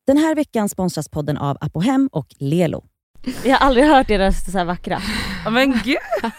Den här veckan sponsras podden av Apohem och Lelo. Jag har aldrig hört er röst så här vackra. Men gud.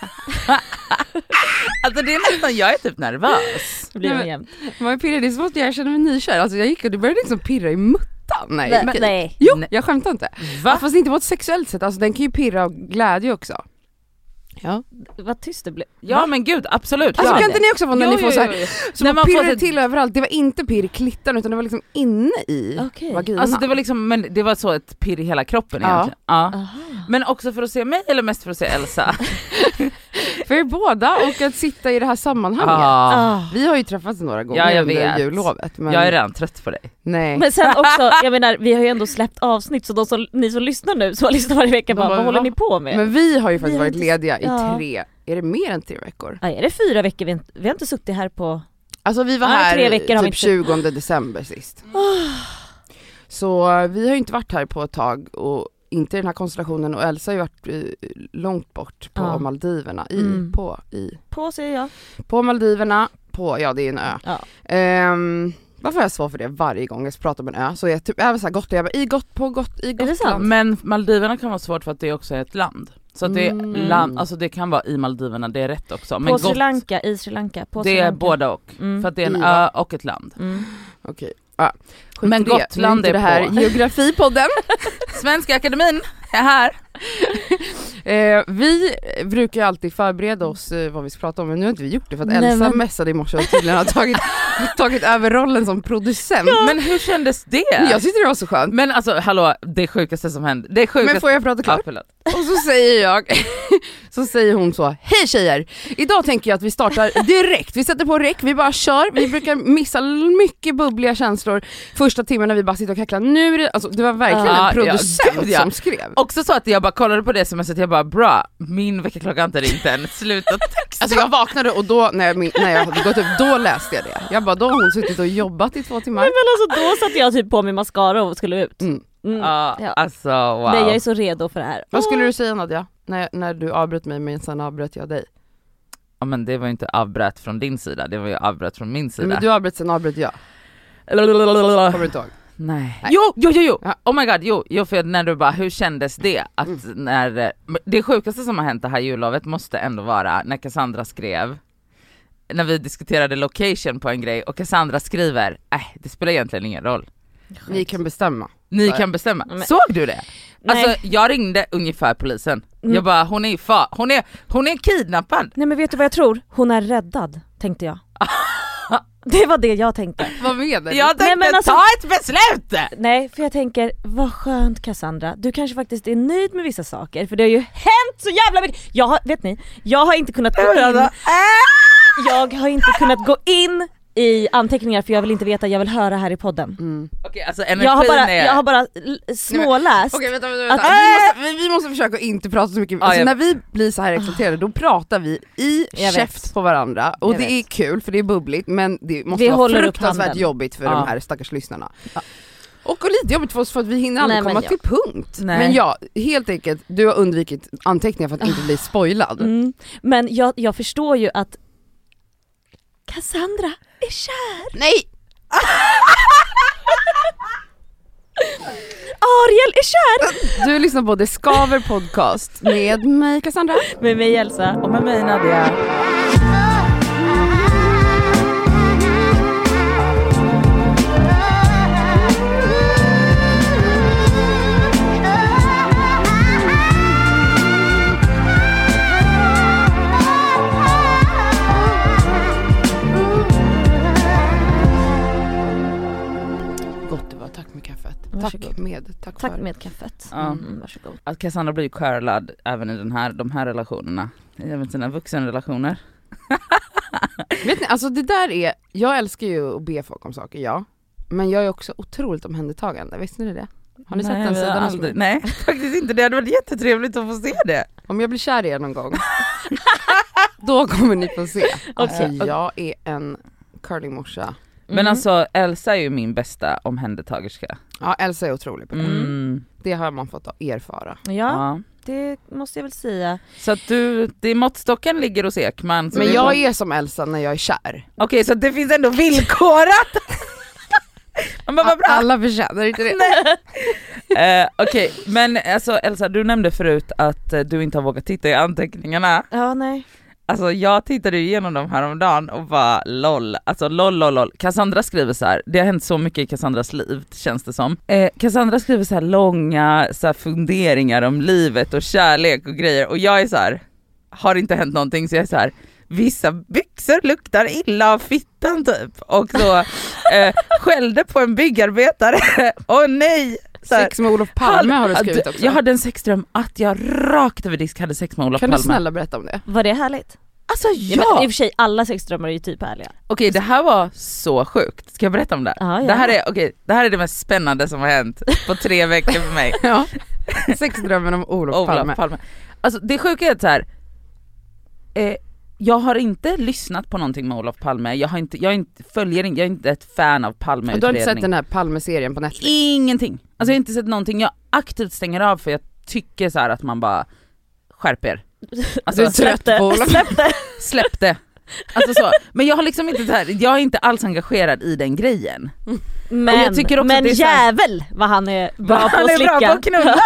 Alltså det är nästan, jag är typ nervös. Det blir jämnt. Man pirrar, det är så att jag känner mig nykär. Alltså jag gick och det började liksom pirra i muttan. Nej. Jo, jag skämtar inte. Va? Fast inte på ett sexuellt sätt. Alltså den kan ju pirra av glädje också. Ja. Vad tyst det blev. Ja men gud, absolut. Alltså ja. kan inte ni också få när ni får så här, så man pirrar får till överallt. Det var inte pirr i klittan utan det var liksom inne i vaginan. Alltså det var liksom, men det var så ett pirr i hela kroppen egentligen. Ja. Men också för att se mig eller mest för att se Elsa? För er båda och att sitta i det här sammanhanget. Vi har ju träffats några gånger under jullovet. Men... Jag är redan trött på dig. Nej. Men sen också, jag menar, vi har ju ändå släppt avsnitt så ni som lyssnar nu, så lyssnar varje vecka, vad håller ni på med? Men vi har ju faktiskt varit lediga i 3, är det mer än 3 veckor? Ja, är det 4 veckor? Vi har inte suttit här på... Alltså vi var här 3 veckor typ 20 december sist. Så vi har ju inte varit här på ett tag och inte i den här konstellationen, och Elsa har ju varit långt bort på Maldiverna På säger jag. På Maldiverna, ja det är en ö. Ja. Varför är jag svår för det varje gång jag pratar om en ö? Så jag typ även så här Gotland, jag bara i Gotland. Men Maldiverna kan vara svårt för att det också är ett land. Så att det är land, alltså det kan vara i Maldiverna, det är rätt också. Men på Sri Lanka, i Sri Lanka. På det Sri är Lanka. båda och. För att det är en ö och ett land. Okej. Men Gotland är det här på. Geografipodden. Svenska akademin är här. Vi brukar ju alltid förbereda oss vad vi ska prata om, men nu har inte vi gjort det för att Elsa mässade i morse och tydligen har tagit över rollen som producent. Ja. Men hur kändes det? Jag tyckte det var så skönt. Men alltså hallå, det sjukaste som hände. Det sjukaste... Men får jag prata klart? Och så säger hon så: hej tjejer, idag tänker jag att vi startar direkt. Vi sätter på räck, vi bara kör. Vi brukar missa mycket bubbliga känslor första timmen när vi bara sitter och kacklar. Nu är det, alltså, det var verkligen en producent som skrev. Också så att jag bara kollade på det som jag sett, jag bara bra, min väckarklocka har inte ringt än, sluta texta. Alltså jag vaknade och då när jag hade gått upp, då läste jag det. Jag bara, då har hon suttit och jobbat i 2 timmar. Men alltså då satt jag typ på min mascara och skulle ut. Alltså wow. Nej, jag är så redo för det här. Vad skulle du säga, Nadja, när du avbröt mig, men sen avbröt jag dig? Ja men det var ju inte avbröt från din sida, det var ju avbröt från min sida. Men du avbröt, sen avbröt jag. Kommer du inte ihåg? Nej. Jo. Ja. Oh my god, jo för när du bara, hur kändes det att när det sjukaste som har hänt det här jullovet måste ändå vara när Cassandra skrev, när vi diskuterade location på en grej och Cassandra skriver, det spelar egentligen ingen roll. Ni kan bestämma. Men... Såg du det? Nej. Alltså jag ringde ungefär polisen. Jag bara, hon är kidnappad. Nej men vet du vad jag tror? Hon är räddad, tänkte jag. Det var det jag tänkte. Vad menar du? Jag tänkte ta ett beslut! Nej, för jag tänker, vad skönt Cassandra. Du kanske faktiskt är nöjd med vissa saker. För det har ju hänt så jävla mycket. Jag har inte kunnat gå in. Jag har inte kunnat gå in i anteckningar för jag vill inte veta, jag vill höra här i podden. Okej, alltså jag har bara småläst. Okej, vänta. Vi måste försöka inte prata så mycket. Alltså, när vi blir så här exalterade, då pratar vi i käft på varandra. Och det är kul för det är bubbligt, men det måste vara fruktansvärt jobbigt för de här stackars lyssnarna. Och lite jobbigt för oss för att vi hinner aldrig komma till punkt. Nej. Men ja, helt enkelt, du har undvikit anteckningar för att inte bli spoilad. Men jag förstår ju att Cassandra är kär. Nej! Ariel är kär. Du lyssnar på The Skaver podcast med mig Cassandra, med mig Elsa och med mig Nadia. Tack med kaffet. Varsågod. Att Cassandra blir curlad även i de här relationerna. Även sina vuxenrelationer. Vet ni, alltså det där är, jag älskar ju att be folk om saker, ja. Men jag är också otroligt omhändertagande, visste ni det? Har ni sett den sidan? Nej, faktiskt inte. Det hade varit jättetrevligt att få se det. Om jag blir kär i er någon gång, då kommer ni få se. Alltså jag är en curlingmorsa. Men alltså Elsa är ju min bästa omhändertagerska. Ja, Elsa är otrolig på det. Det har man fått erfara. Ja, det måste jag väl säga. Så att det måttstocken ligger hos Ekman. Men jag är som Elsa när jag är kär. Okej, så det finns ändå villkorat. Man bara, vad bra. Alla förtjänar inte det. Okej, men alltså Elsa, du nämnde förut att du inte har vågat titta i anteckningarna. Ja, nej. Alltså jag tittade igenom dem häromdagen och bara lol. Alltså lol. Cassandra skriver så här. Det har hänt så mycket i Cassandras liv, känns det som. Cassandra skriver så här långa så här funderingar om livet och kärlek och grejer. Och jag är så här, har inte hänt någonting, så jag är så här, vissa byxor luktar illa av fittan typ. Och så skällde på en byggarbetare. Åh nej! Sex med Olof Palme har du skrivit också. Jag hade en sexdröm att jag rakt över disk hade sex med Olof Palme. Kan du snälla berätta om det? Var det härligt? Alltså ja. Men i och för sig, alla sexdrömmar är ju typ härliga. Okej, det här var så sjukt. Ska jag berätta om det? Ja. Det här är det mest spännande som har hänt på 3 veckor för mig. Ja. Sexdrömmen om Olof Palme. Alltså det sjuka är så här. Jag har inte lyssnat på någonting med Olof Palme. Jag är inte ett fan av Palme-utredning. Och du har inte sett den här Palme-serien på Netflix? Ingenting. Alltså jag har inte sett någonting. Jag aktivt stänger av för jag tycker så här att man bara skärper. Alltså, du är trött på Olof. Släpp det. Alltså så. Men jag har liksom inte så här, jag är inte alls engagerad i den grejen. Men jag tycker också men det är jävel vad han är bra på att slicka. Han är bra på att knulla.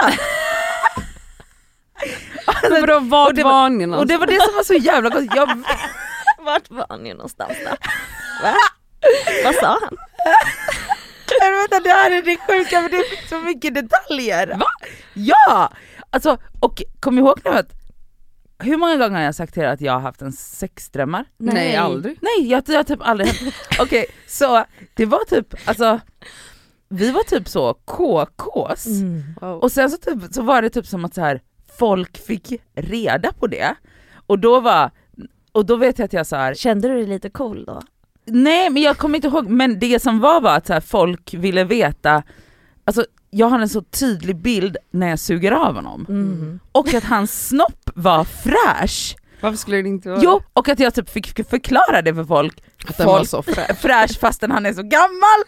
Vart var ni någonstans? Och det var det som var så jävla gott. Vart var ni någonstans då? Va? Vad sa han? Vänta, det här är det sjuka, men det finns så mycket detaljer. Va? Ja! Alltså, och kom ihåg nu att hur många gånger har jag sagt till er att jag har haft en sexdrömmar? Nej, aldrig. Nej, jag typ aldrig. Okej, så det var typ, alltså vi var typ så KKs. Wow. Och sen så var det typ som att så här folk fick reda på det. Och då vet jag att jag så här. Kände du dig lite cool då? Nej, men jag kommer inte ihåg. Men det som var att så här, folk ville veta. Alltså jag har en så tydlig bild när jag suger av honom. Och att hans snopp var fräsch. Varför skulle det inte vara? Jo, och att jag typ fick förklara det för folk. Att den var så fräsch fastän han är så gammal.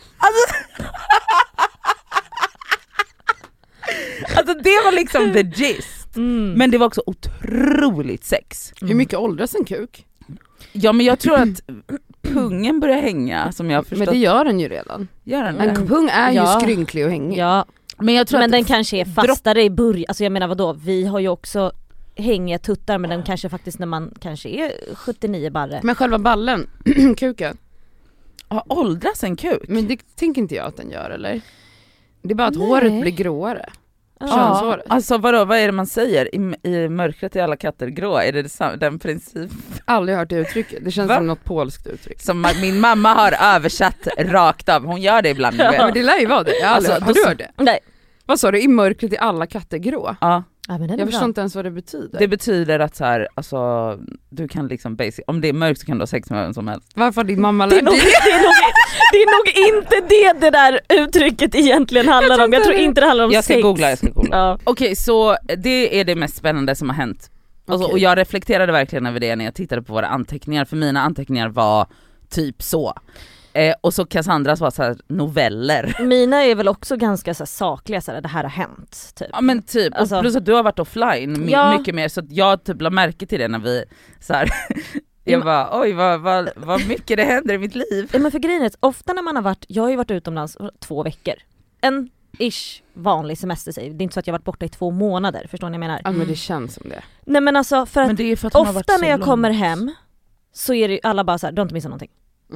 Alltså det var liksom the gist. Men det var också otroligt sex. Hur mycket åldras en kuk? Ja, men jag tror att pungen börjar hänga, som jag har förstått. Men det gör den ju redan. En pung är ju skrynklig och hängig. Ja. Men jag tror men att den kanske är fastare i början. Alltså jag menar vadå? Vi har ju också hängiga tuttar, men den kanske faktiskt när man kanske är 79 barre. Men själva ballen, kuken. Har åldras en kuk? Men det tänker inte jag att den gör, eller? Det är bara att håret blir gråare. Ja, alltså vad är det man säger? I mörkret är alla katter grå, är det den princip? Aldrig hört det uttrycket, det känns som något polskt uttryck. Som min mamma har översatt rakt av, hon gör det ibland. Ja, men det lär ju vara det, har du hört det? Nej. Vad sa du, i mörkret är alla katter grå? Ja. Jag förstår inte ens vad det betyder. Det betyder att så här, alltså, du kan liksom om det är mörkt så kan du ha sex med vem som helst. Varför har din mamma lärt dig? Det är nog inte det där uttrycket egentligen handlar om. Jag tror inte det handlar om sex. Jag ska googla. Ja. Okej, så det är det mest spännande som har hänt. Alltså, och jag reflekterade verkligen över det när jag tittade på våra anteckningar. För mina anteckningar var typ så. Och så Cassandras var så här noveller. Mina är väl också ganska så här sakliga, så här, det här har hänt typ. Ja men typ, alltså, och plus att du har varit offline mycket mer, så att jag typ la märke till det när vi så här, jag bara oj vad mycket det händer i mitt liv. Ja, men för grejen är, ofta när man har varit, jag har ju varit utomlands 2 veckor. En vanlig semester, det är inte så att jag har varit borta i 2 månader, förstår ni vad jag menar? Ja men det känns som det. Nej men alltså för att, det är för att ofta när jag kommer hem så är det alla bara så här, du har inte missat någonting.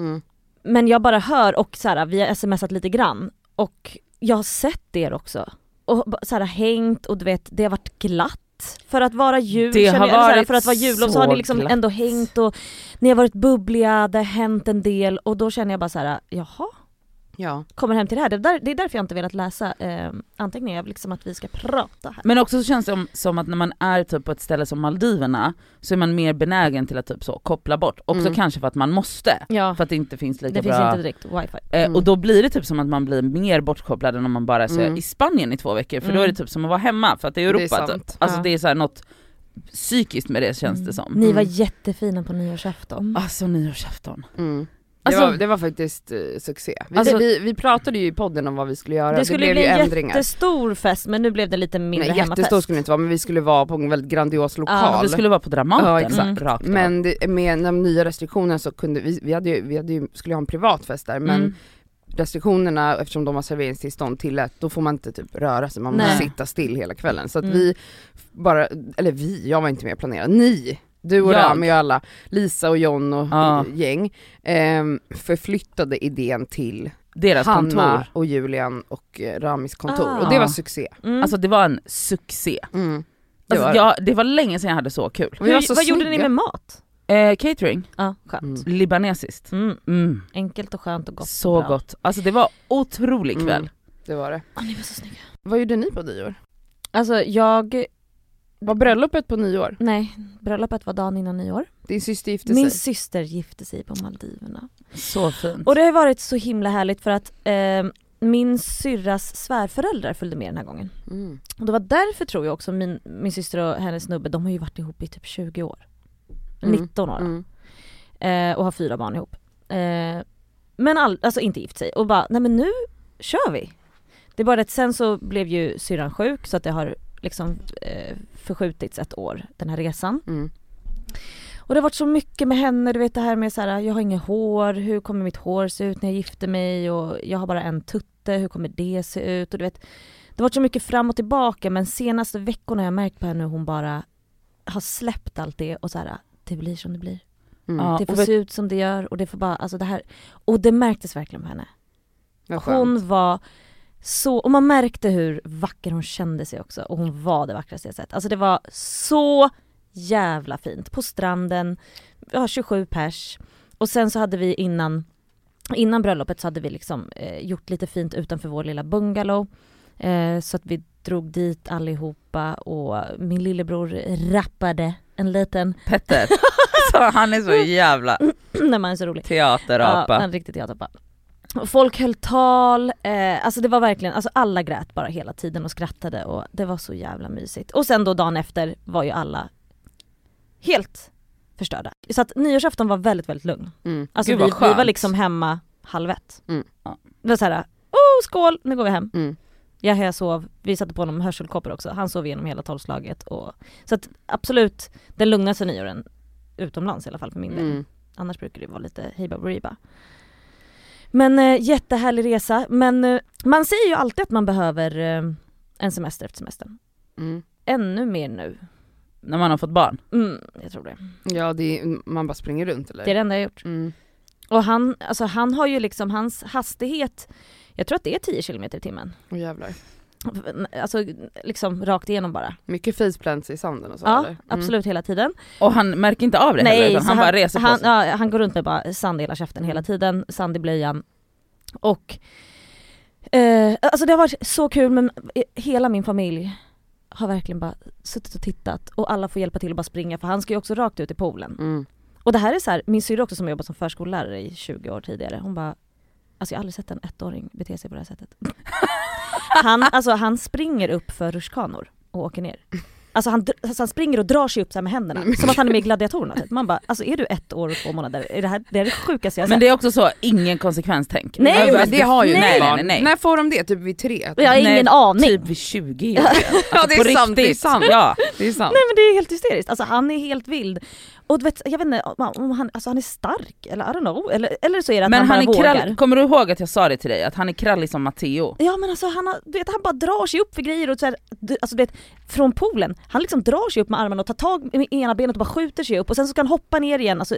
Men jag bara hör och så här, vi har smsat lite grann och jag har sett er också och så här, hängt och du vet, det har varit glatt för att vara jul, det har varit för att vara jullov så har ni liksom glatt. Ändå hängt och ni har varit bubbliga, det har hänt en del och då känner jag bara så här, jaha. Ja. Kommer hem till det här. Det är därför jag inte velat läsa anteckningar, liksom att vi ska prata här. Men också så känns det som att när man är typ på ett ställe som Maldiverna så är man mer benägen till att typ så koppla bort. Också kanske för att man måste. Ja. För att det inte finns lika bra. Det finns inte direkt wifi. Och då blir det typ som att man blir mer bortkopplad än om man bara är i Spanien i 2 veckor. För då är det typ som att vara hemma för att det är Europa. Det är typ. Alltså det är så här något psykiskt med det känns det som. Ni var jättefina på nyårsafton. Alltså nyårsafton. Alltså, det var faktiskt succé. Vi pratade ju i podden om vad vi skulle göra. Det skulle bli en jättestor fest, men nu blev det lite mindre hemmafest. Jättestor skulle det inte vara, men vi skulle vara på en väldigt grandios lokal. Ja, det skulle vara på Dramaten. Ja, exakt. Men med de nya restriktionerna så kunde vi skulle ha en privat fest där, men restriktionerna, eftersom de har serveringstillstånd till då får man inte typ röra sig, man måste sitta still hela kvällen. Så att vi bara, eller jag var inte med och planerade, du och Rami och alla, Lisa och John och gäng, förflyttade idén till deras Hanna kontor och Julian och Ramis kontor. Och det var succé. Alltså det var en succé. Det var länge sedan jag hade så kul. Vad gjorde ni med mat? Catering. Ja, skönt. Libanesiskt. Enkelt och skönt och gott. Så bra. Gott. Alltså det var otrolig kväll. Det var det. Ni var så snygga. Vad gjorde ni på nyår? Alltså var bröllopet på nyår? Nej, bröllopet var dagen innan nyår. Din syster gifte sig? Min syster gifte sig på Maldiverna. Så fint. Och det har varit så himla härligt för att min syrras svärföräldrar följde med den här gången. Och det var därför tror jag också min syster och hennes snubbe, de har ju varit ihop i typ 20 år. 19 år. Och har 4 barn ihop. Men alltså inte gift sig. Och bara, nej men nu kör vi. Det är bara att sen så blev ju syrran sjuk så att det har liksom förskjutits ett år, den här resan. Och det har varit så mycket med henne, du vet det här med så här, jag har inget hår, hur kommer mitt hår se ut när jag gifter mig, och jag har bara en tutte, hur kommer det se ut, och du vet, det har varit så mycket fram och tillbaka, men senaste veckorna har jag märkt på henne hur hon bara har släppt allt det och så här, det blir som det blir. Det får se ut som det gör, och det får bara, alltså det här, och det märktes verkligen på henne. Hon var så, och man märkte hur vacker hon kände sig också, och hon var det vackraste jag sett. Alltså det var så jävla fint på stranden. Vi har 27 pers. Och sen så hade vi innan bröllopet så hade vi liksom gjort lite fint utanför vår lilla bungalow. Så att vi drog dit allihopa, och min lillebror rappade en liten Petter. Så han är så jävla nej, man är så rolig. Teaterapa. Ja, en riktig teaterapa. Och folk höll tal, alltså det var verkligen, alltså alla grät bara hela tiden och skrattade, och det var så jävla mysigt. Och sen då dagen efter var ju alla helt förstörda. Så att nyårsafton var väldigt, väldigt lugn. Alltså vi var liksom hemma 12:30. Det var såhär, skål, nu går vi hem. Jag sov, vi satte på honom hörselkoppor också. Han sov igenom hela 12-slaget. Så att absolut, den lugnaste nyåren utomlands i alla fall för min del. Annars brukar det vara lite hejba-boriba. Men jättehärlig resa. Men man säger ju alltid att man behöver en semester efter semestern. Ännu mer nu. När man har fått barn? Jag tror det. Ja, man bara springer runt eller? Det är det enda jag gjort. Och han har ju liksom, hans hastighet, jag tror att det är 10 km i timmen. Åh jävlar. Alltså liksom rakt igenom bara. Mycket faceplants i sanden och så, ja, eller? Absolut hela tiden. Och han märker inte av det heller, utan han bara reser på sig. Ja, han går runt med bara sand i hela käften hela tiden, sand i blöjan. Och alltså det har varit så kul, men hela min familj har verkligen bara suttit och tittat, och alla får hjälpa till att bara springa, för han ska ju också rakt ut i poolen. Och det här är så här, min syrra också som jobbat som förskollärare i 20 år tidigare, hon bara, alltså jag har aldrig sett en 1-åring bete sig på det här sättet. Han springer upp för rutschkanor och åker ner. Alltså han springer och drar sig upp så här med händerna, som att han är med i gladiatorerna. Man bara, alltså är du 1 år och 2 månader? Det är det sjukaste jag sett. Men det är också så, ingen konsekvenstänk. Nej, men det har ju nej. När får de det? Typ vid 3? Jag har ingen aning. Typ vid 20 år. Alltså, ja, det är sant, det är sant. Ja, det är sant. Nej, men det är helt hysteriskt. Alltså han är helt vild. Och du vet, jag vet inte om han är stark, eller I don't know, eller så är det att men han bara vågar. Kommer du ihåg att jag sa det till dig, att han är krallig som Matteo? Ja, men alltså han bara drar sig upp för grejer och så här, alltså det från poolen. Han liksom drar sig upp med armarna och tar tag med ena benet och bara skjuter sig upp, och sen så ska han hoppa ner igen. Alltså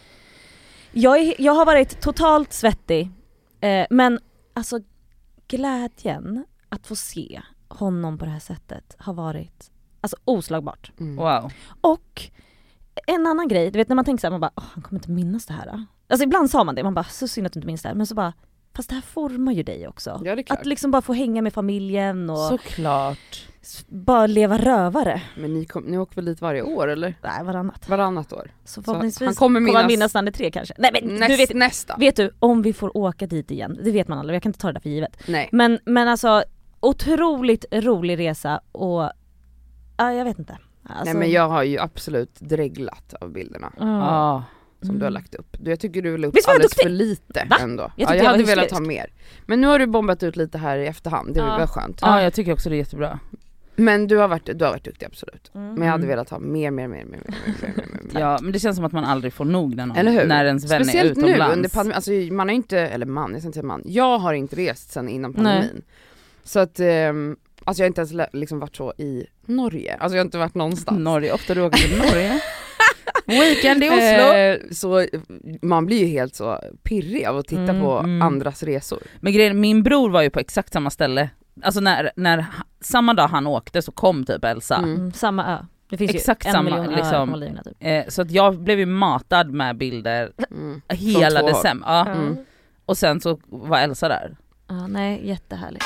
jag har varit totalt svettig, men alltså glädjen att få se honom på det här sättet har varit alltså oslagbart. Wow. Och en annan grej, du vet när man tänker så här, man bara, han kommer inte minnas det här. Alltså ibland sa man det, man bara, så synd att du inte minns det här. Men så bara, fast det här formar ju dig också. Ja, det är klart. Att liksom bara få hänga med familjen och såklart bara leva rövare. Men ni åker väl dit varje år eller? Nej, varannat år. Så förhoppningsvis han kommer minnas när det 3 kanske. Nej, men du vet, nästa. Vet du, om vi får åka dit igen, det vet man aldrig, jag kan inte ta det där för givet. Nej. Men alltså, otroligt rolig resa, och jag vet inte. Alltså, nej, men jag har ju absolut dreglat av bilderna som du har lagt upp. Jag tycker du la upp alldeles för lite. Va? Ändå. Jag hade velat ha mer. Men nu har du bombat ut lite här i efterhand, det är väl skönt. Ja, jag tycker också det är jättebra. Men du har varit duktig, absolut. Men jag hade velat ha mer. Ja, men det känns som att man aldrig får nog när ens vän speciellt är utomlands. Nu under pandemin, alltså man har inte, eller man, jag ska inte säga man. Jag har inte rest sen innan pandemin. Nej. Så att, alltså jag har inte ens liksom varit så i Norge. Alltså jag har inte varit någonstans. Norge, ofta du åker till Norge. Weekend i Oslo. Så man blir ju helt så pirrig av att titta på andras resor. Men grejen, min bror var ju på exakt samma ställe. Alltså när samma dag han åkte så kom typ Elsa. Samma ö. Det finns exakt ju 1 samma miljon liksom, Molina, typ. Så att jag blev ju matad med bilder hela december. Ja. Och sen så var Elsa där. Ja, nej, jättehärligt.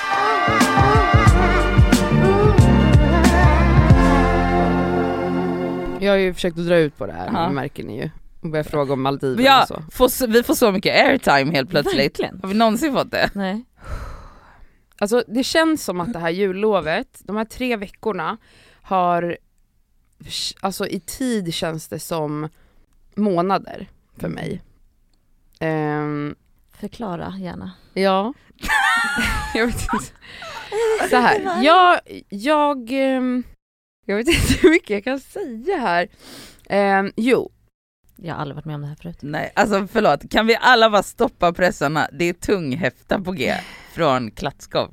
Jag har ju försökt att dra ut på det här, märker ni ju. Och börja fråga om Maldiverna och så. Vi får så mycket airtime helt plötsligt. Verkligen. Har vi någonsin fått det? Nej. Alltså det känns som att det här jullovet, de här 3 veckorna har, alltså i tid känns det som månader för mig. Förklara gärna. Ja. Jag vet inte. Så här, jag vet inte hur mycket jag kan säga här. Jo. Jag har aldrig varit med om det här förut. Nej, alltså förlåt. Kan vi alla bara stoppa pressarna? Det är tunghäfta på G från Klatskov.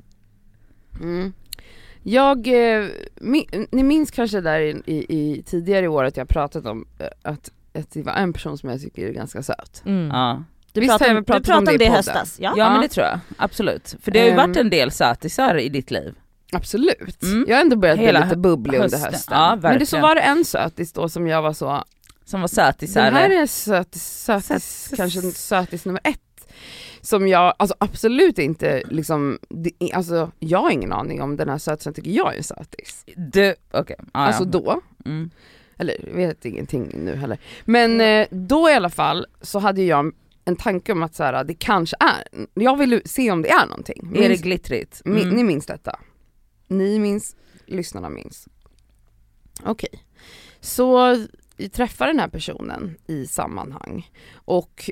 Ni minns kanske där i tidigare år att jag pratat om att det var en person som jag tycker är ganska söt. Ja. Du pratade om det i höstas. Ja, men det tror jag. Absolut. För det har ju varit en del sötisar i ditt liv. Absolut. Jag har ändå börjat bli lite bubblig under hösten. Ja, men det så var det en sötis då som jag var så... Som var sötisar. Den här är sötis kanske sötis nummer 1. Som jag alltså absolut inte liksom... Alltså jag har ingen aning om den här sötisen tycker jag är en sötis. Okej. Alltså då. Eller jag vet ingenting nu heller. Men då i alla fall så hade jag en tanke om att så här, det kanske är... Jag vill se om det är någonting. Är det glittrigt? Ni minns detta. Ni minns, lyssnarna minns. Okej. Så vi träffar den här personen i sammanhang. Och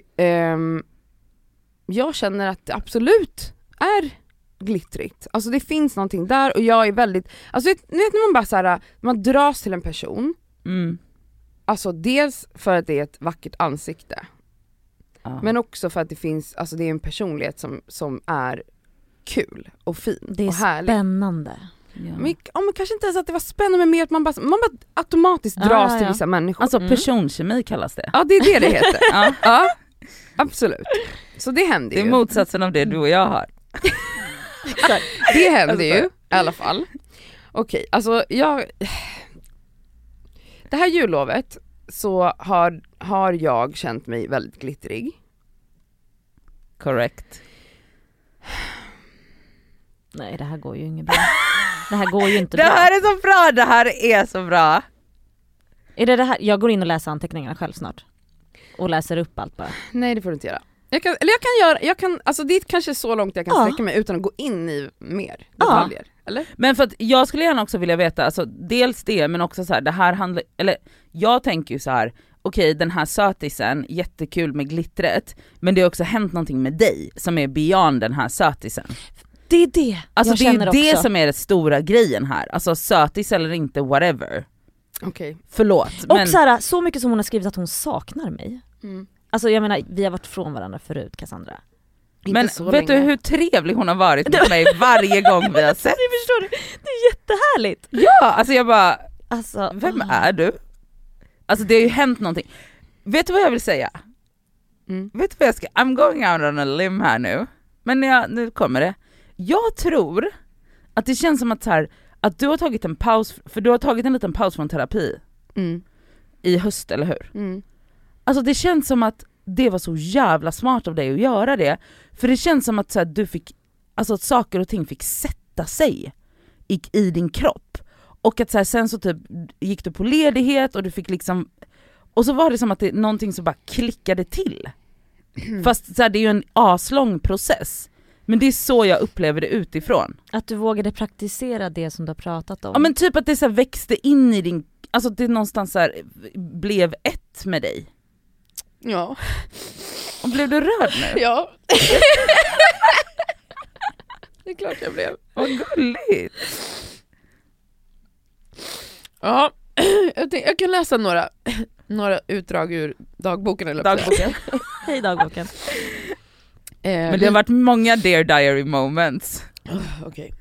jag känner att det absolut är glittrigt. Alltså det finns någonting där och jag är väldigt... Alltså ni vet när man bara så här, man dras till en person. Alltså dels för att det är ett vackert ansikte. Men också för att det finns, alltså det är en personlighet som är kul och fin och härlig. Det är spännande. Ja. Men kanske inte ens att det var spännande, men mer att man bara automatiskt dras till vissa människor. Alltså personkemi kallas det. Ja, det är det heter. Ja, absolut. Så det händer ju. Det är motsatsen av det du och jag har. Det händer ju i alla fall. Okej, alltså det här jullovet så har jag känt mig väldigt glittrig. Correct. Nej, det här går ju inget bra. Det här går ju inte bra. Det här är så bra, det här är så bra. Är det här? Jag går in och läser anteckningarna själv snart. Och läser upp allt bara. Nej, det får du inte göra. Jag kan alltså det är kanske så långt jag kan sträcka mig utan att gå in i mer detaljer. Eller? Men för att jag skulle gärna också vilja veta, alltså dels det, men också så här, det här handlar, eller jag tänker ju så här, okej, den här sötisen, jättekul med glittret, men det har också hänt någonting med dig som är beyond den här sötisen. Det är det. Alltså det är det som är den stora grejen här. Alltså sötis eller inte, whatever. Okej. Förlåt. Och men... så mycket som hon har skrivit att hon saknar mig. Alltså jag menar, vi har varit från varandra förut, Cassandra. Men vet du hur trevlig hon har varit med mig varje gång vi har sett? Det förstår du, det är jättehärligt. Ja, alltså jag bara, vem är du? Alltså det har ju hänt någonting. Vet du vad jag vill säga? Vet du vad jag ska, I'm going out on a limb här nu. Men nu kommer det. Jag tror att det känns som att, så här, att du har tagit en paus, för du har tagit en liten paus från terapi i höst, eller hur? Alltså det känns som att det var så jävla smart av dig att göra det. För det känns som att, så här, du fick, alltså att saker och ting fick sätta sig i din kropp. Och att så här, sen så typ gick du på ledighet och du fick liksom, och så var det som att det någonting som bara klickade till. Fast så här, det är ju en aslång process. Men det är så jag upplever det utifrån. Att du vågade praktisera det som du har pratat om. Ja, men typ att det så här växte in i din, alltså det någonstans så här blev ett med dig. Ja. Och blev du rörd nu? Ja. Det är klart jag blev. Vad gulligt. Ja, jag kan läsa några utdrag ur dagboken. Eller dagboken. Hej dagboken. Men det har varit många Dear Diary moments. Okej.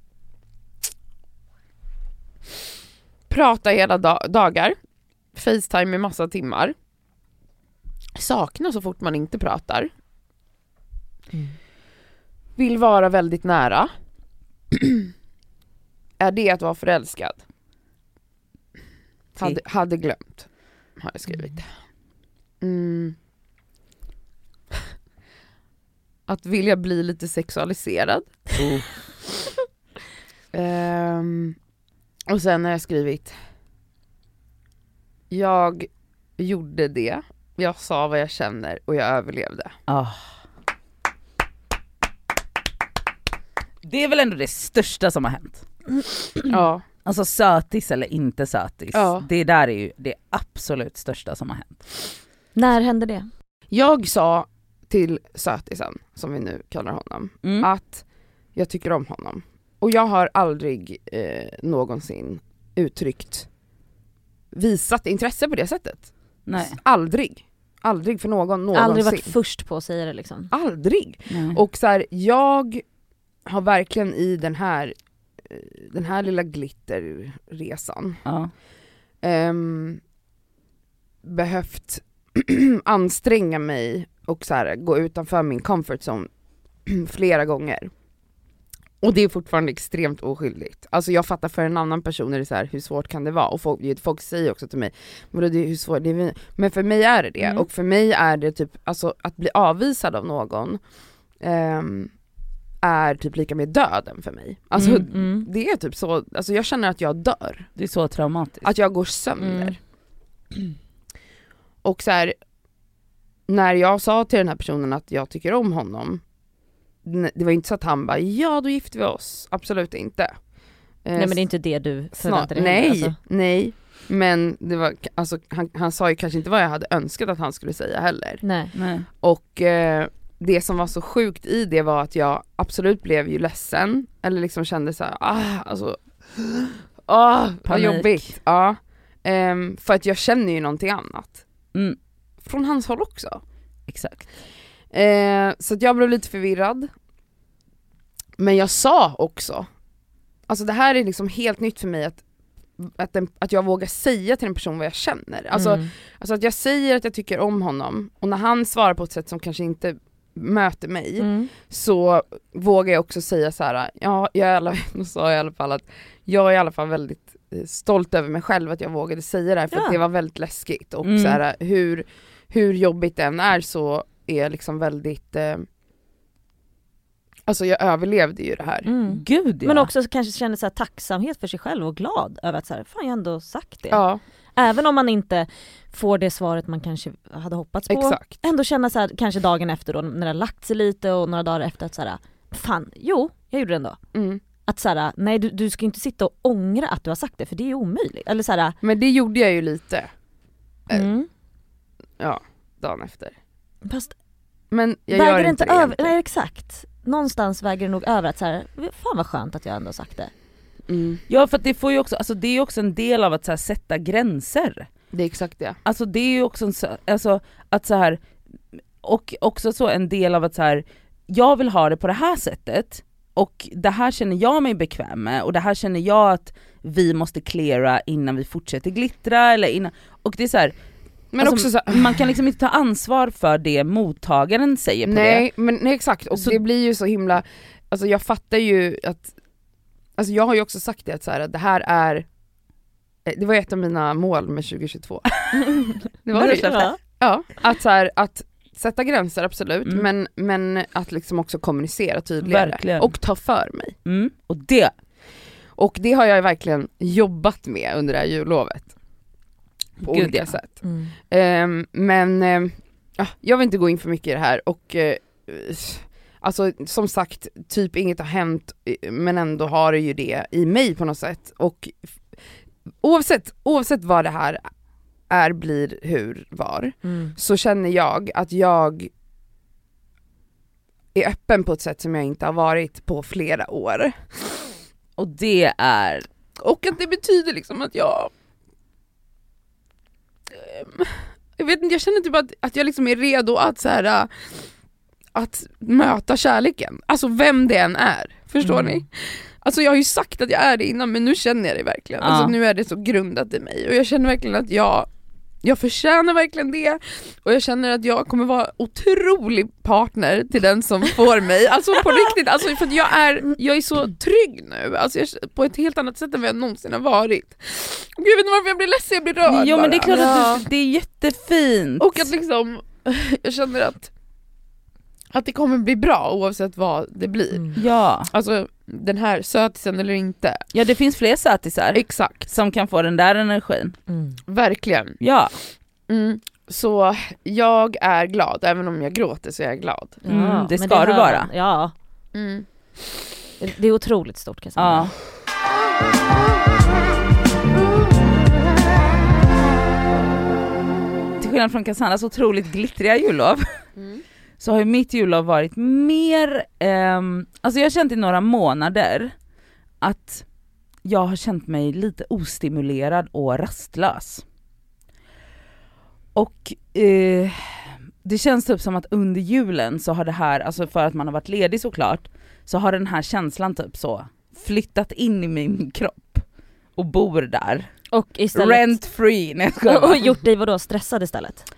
Prata hela dagar. FaceTime i massa timmar. Saknar så fort man inte pratar. Vill vara väldigt nära. Är det att vara förälskad? Hade glömt. Har jag skrivit. Att vilja bli lite sexualiserad. Och sen har jag skrivit: jag gjorde det. Jag sa vad jag känner och jag överlevde. Det är väl ändå det största som har hänt. Ja. Alltså sötis eller inte sötis. Ja. Det där är ju det absolut största som har hänt. När hände det? Jag sa till sötisen, som vi nu kallar honom, att jag tycker om honom. Och jag har aldrig någonsin visat intresse på det sättet. Nej. Aldrig för någonsin. Aldrig varit först på att säga det liksom. Aldrig. Och så här, jag har verkligen i den här lilla glitterresan behövt anstränga mig och så här, gå utanför min comfort zone flera gånger. Och det är fortfarande extremt oskyldigt. Alltså jag fattar, för en annan person är det så här, hur svårt kan det vara? Och folk säger också till mig, hur svårt det är. Men för mig är det. Och för mig är det typ, alltså att bli avvisad av någon är typ lika med döden för mig. Alltså det är typ så, alltså jag känner att jag dör. Det är så traumatiskt. Att jag går sönder. Och så här, när jag sa till den här personen att jag tycker om honom, det var inte så att han bara, ja då gifter vi oss. Absolut inte. Nej, men det är inte det du förväntade dig. Nej, alltså. Nej. Men det var, alltså, han sa ju kanske inte vad jag hade önskat att han skulle säga heller. Nej. Och det som var så sjukt i det var att jag absolut blev ju ledsen. Eller liksom kände så här, vad jobbigt. Ja. För att jag känner ju någonting annat. Från hans håll också. Exakt. Så att jag blev lite förvirrad. Men jag sa också, alltså det här är liksom helt nytt för mig, att jag vågar säga till en person vad jag känner. Alltså att jag säger att jag tycker om honom, och när han svarar på ett sätt som kanske inte möter mig, så vågar jag också säga så här: ja, nu sa jag i alla fall att jag är i alla fall väldigt stolt över mig själv att jag vågade säga det här, för att det var väldigt läskigt. Och så här, hur jobbigt det än är, så är jag liksom väldigt alltså jag överlevde ju det här. Gud, ja. Men också kanske känner så här tacksamhet för sig själv och glad över att så här, fan jag ändå sagt det. Ja. Även om man inte får det svaret man kanske hade hoppats på. Exakt. Ändå känna så här, kanske dagen efter då, när det har lagt sig lite och några dagar efter, att så här, fan, jo, jag gjorde det ändå. Att så här, nej du ska inte sitta och ångra att du har sagt det, för det är omöjligt. Eller så här, men det gjorde jag ju lite. Ja, dagen efter. Fast men jag väger gör det inte över. Nej, exakt. Någonstans väger det nog över att så här, fan vad skönt att jag ändå sagt det. Ja, för att det får ju också, alltså det är också en del av att så här, sätta gränser. Det är exakt det. Alltså det är ju också alltså att så här, och också så en del av att så här, jag vill ha det på det här sättet, och det här känner jag mig bekväm med, och det här känner jag att vi måste cleara innan vi fortsätter glittra, eller innan, och det är så här, men alltså, också så, man kan liksom inte ta ansvar för det mottagaren säger på det. Nej, exakt. Och så, det blir ju så himla, alltså jag fattar ju att, alltså jag har ju också sagt det, att så här, att det här är, det var ett av mina mål med 2022. Det var det. Ja, att så här, att sätta gränser, absolut, men att liksom också kommunicera tydligare. Verkligen. Och ta för mig. Och det har jag verkligen jobbat med under det här jullovet. På olika sätt. Men jag vill inte gå in för mycket i det här, och alltså som sagt, typ inget har hänt, men ändå har det ju det i mig på något sätt. Och oavsett vad det här är, blir, hur, var, så känner jag att jag är öppen på ett sätt som jag inte har varit på flera år. Och det är Och att det betyder liksom att jag vet inte, jag känner typ att jag liksom är redo att så här, att möta kärleken. Alltså vem det än är. Förstår ni? Alltså jag har ju sagt att jag är det innan, men nu känner jag det verkligen. Alltså nu är det så grundat i mig. Och jag känner verkligen att jag förtjänar verkligen det. Och jag känner att jag kommer vara otrolig partner till den som får mig. Alltså på riktigt, alltså för att jag är så trygg nu. Alltså på ett helt annat sätt än vad jag någonsin har varit. Och jag vet inte varför jag blir ledsen, jag blir rörd. Jo, men det är klart att det är jättefint. Och att liksom, jag känner att det kommer bli bra oavsett vad det blir. Ja. Alltså den här sötisen eller inte. Ja, det finns fler sötisar. Exakt. Som kan få den där energin. Verkligen. Ja. Så jag är glad, även om jag gråter så är jag glad. Det ska du vara. Ja. Det är otroligt stort, kan jag säga. Till skillnad från Cassandras otroligt glittriga jullov så har ju mitt jullov varit mer alltså jag har känt i några månader att jag har känt mig lite ostimulerad och rastlös. Och det känns typ som att under julen så har det här, alltså för att man har varit ledig såklart, så har den här känslan typ så flyttat in i min kropp och bor där. Och istället rent free. Och gjort dig vadå, stressad istället?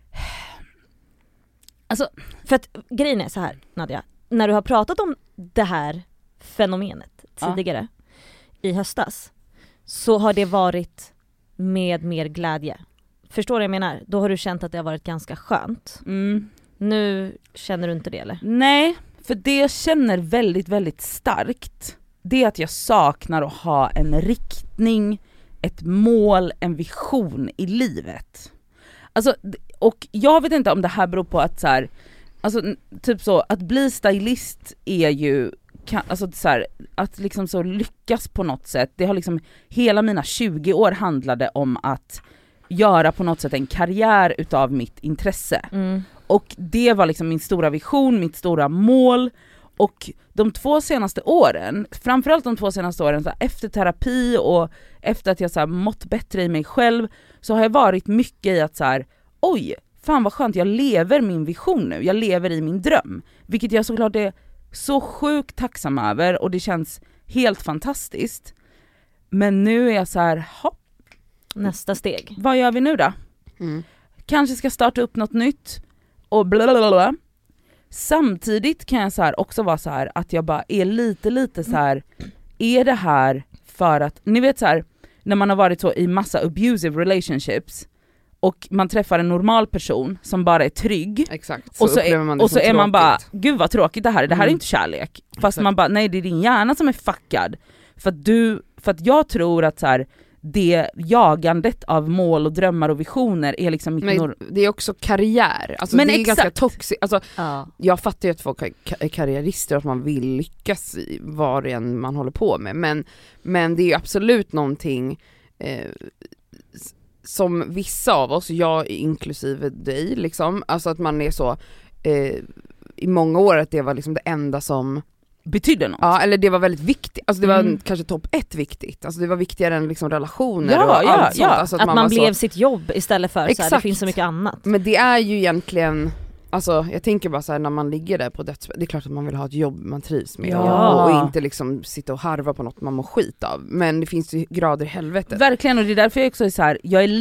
Alltså, för att grejen är så här, Nadia, när du har pratat om det här fenomenet tidigare i höstas, så har det varit med mer glädje. Förstår du vad jag menar? Då har du känt att det har varit ganska skönt. Nu känner du inte det, eller? Nej, för det jag känner väldigt, väldigt starkt, det är att jag saknar att ha en riktning, ett mål, en vision i livet. Alltså, och jag vet inte om det här beror på att så här, alltså typ så att bli stylist är ju alltså så här, att liksom så lyckas på något sätt. Det har liksom hela mina 20 år handlade om att göra på något sätt en karriär utav mitt intresse. Och det var liksom min stora vision, mitt stora mål. Och de 2 senaste åren, framförallt de 2 senaste åren så här, efter terapi och efter att jag så här, mått bättre i mig själv, så har jag varit mycket i att så här, oj, fan vad skönt, jag lever min vision nu, jag lever i min dröm, vilket jag såklart är så sjukt tacksam över och det känns helt fantastiskt. Men nu är jag så här, hopp, nästa steg. Vad gör vi nu då? Kanske ska starta upp något nytt och blablabla. Samtidigt kan jag så här också vara så här att jag bara är lite så här, är det här för att, ni vet så här, när man har varit så i massa abusive relationships och man träffar en normal person som bara är trygg. Exakt. Och så är man bara, gud vad tråkigt det här är inte kärlek. Fast exakt. Man bara, nej, det är din hjärna som är fuckad. För att jag tror att så här, det jagandet av mål och drömmar och visioner är liksom det är också karriär. Alltså men det är ganska toxiskt. Alltså, jag fattar ju att folk är karriärister och att man vill lyckas i vad det än man håller på med. Men det är ju absolut någonting som vissa av oss, jag inklusive dig liksom, alltså att man är så i många år att det var liksom det enda som betydde något. Ja, eller det var väldigt viktigt. Alltså det var kanske topp 1 viktigt. Alltså det var viktigare än liksom relationer och allt sånt. Alltså att man blev sitt jobb istället för så här, det finns så mycket annat. Men det är ju egentligen, alltså jag tänker bara så här, när man ligger där på dödsbädden, det är klart att man vill ha ett jobb man trivs med och inte liksom sitta och harva på något man mår skit av. Men det finns ju grader i helvetet. Verkligen, och det är därför jag också är så här, jag är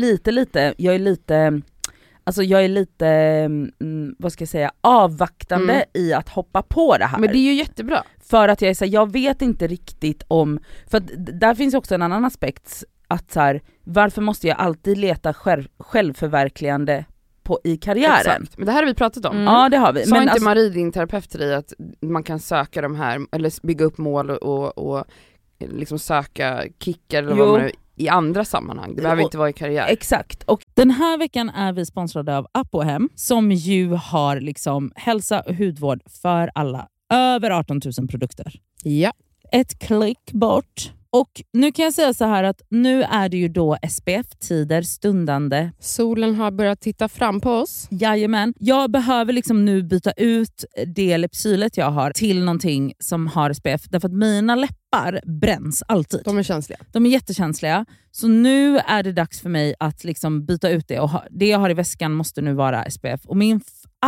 lite vad ska jag säga, avvaktande i att hoppa på det här. Men det är ju jättebra. För att jag är så här, jag vet inte riktigt om, för att där finns också en annan aspekt att så här, varför måste jag alltid leta självförverkligande i karriären? Exakt. Men det här har vi pratat om. Ja, det har vi. Så men inte alltså, Marie, din terapeut, till dig att man kan söka de här eller bygga upp mål och liksom söka kickar eller vad man nu i andra sammanhang. Det behöver inte vara i karriär. Exakt. Och den här veckan är vi sponsrade av Apohem, som ju har liksom hälsa och hudvård för alla. Över 18 000 produkter. Ja. Ett klick bort Och nu kan jag säga så här att nu är det ju då SPF-tider stundande. Solen har börjat titta fram på oss. Jajamän. Jag behöver liksom nu byta ut det läppsylet jag har till någonting som har SPF. Därför att mina läppar bränns alltid. De är känsliga. De är jättekänsliga. Så nu är det dags för mig att liksom byta ut det. Och det jag har i väskan måste nu vara SPF. Och min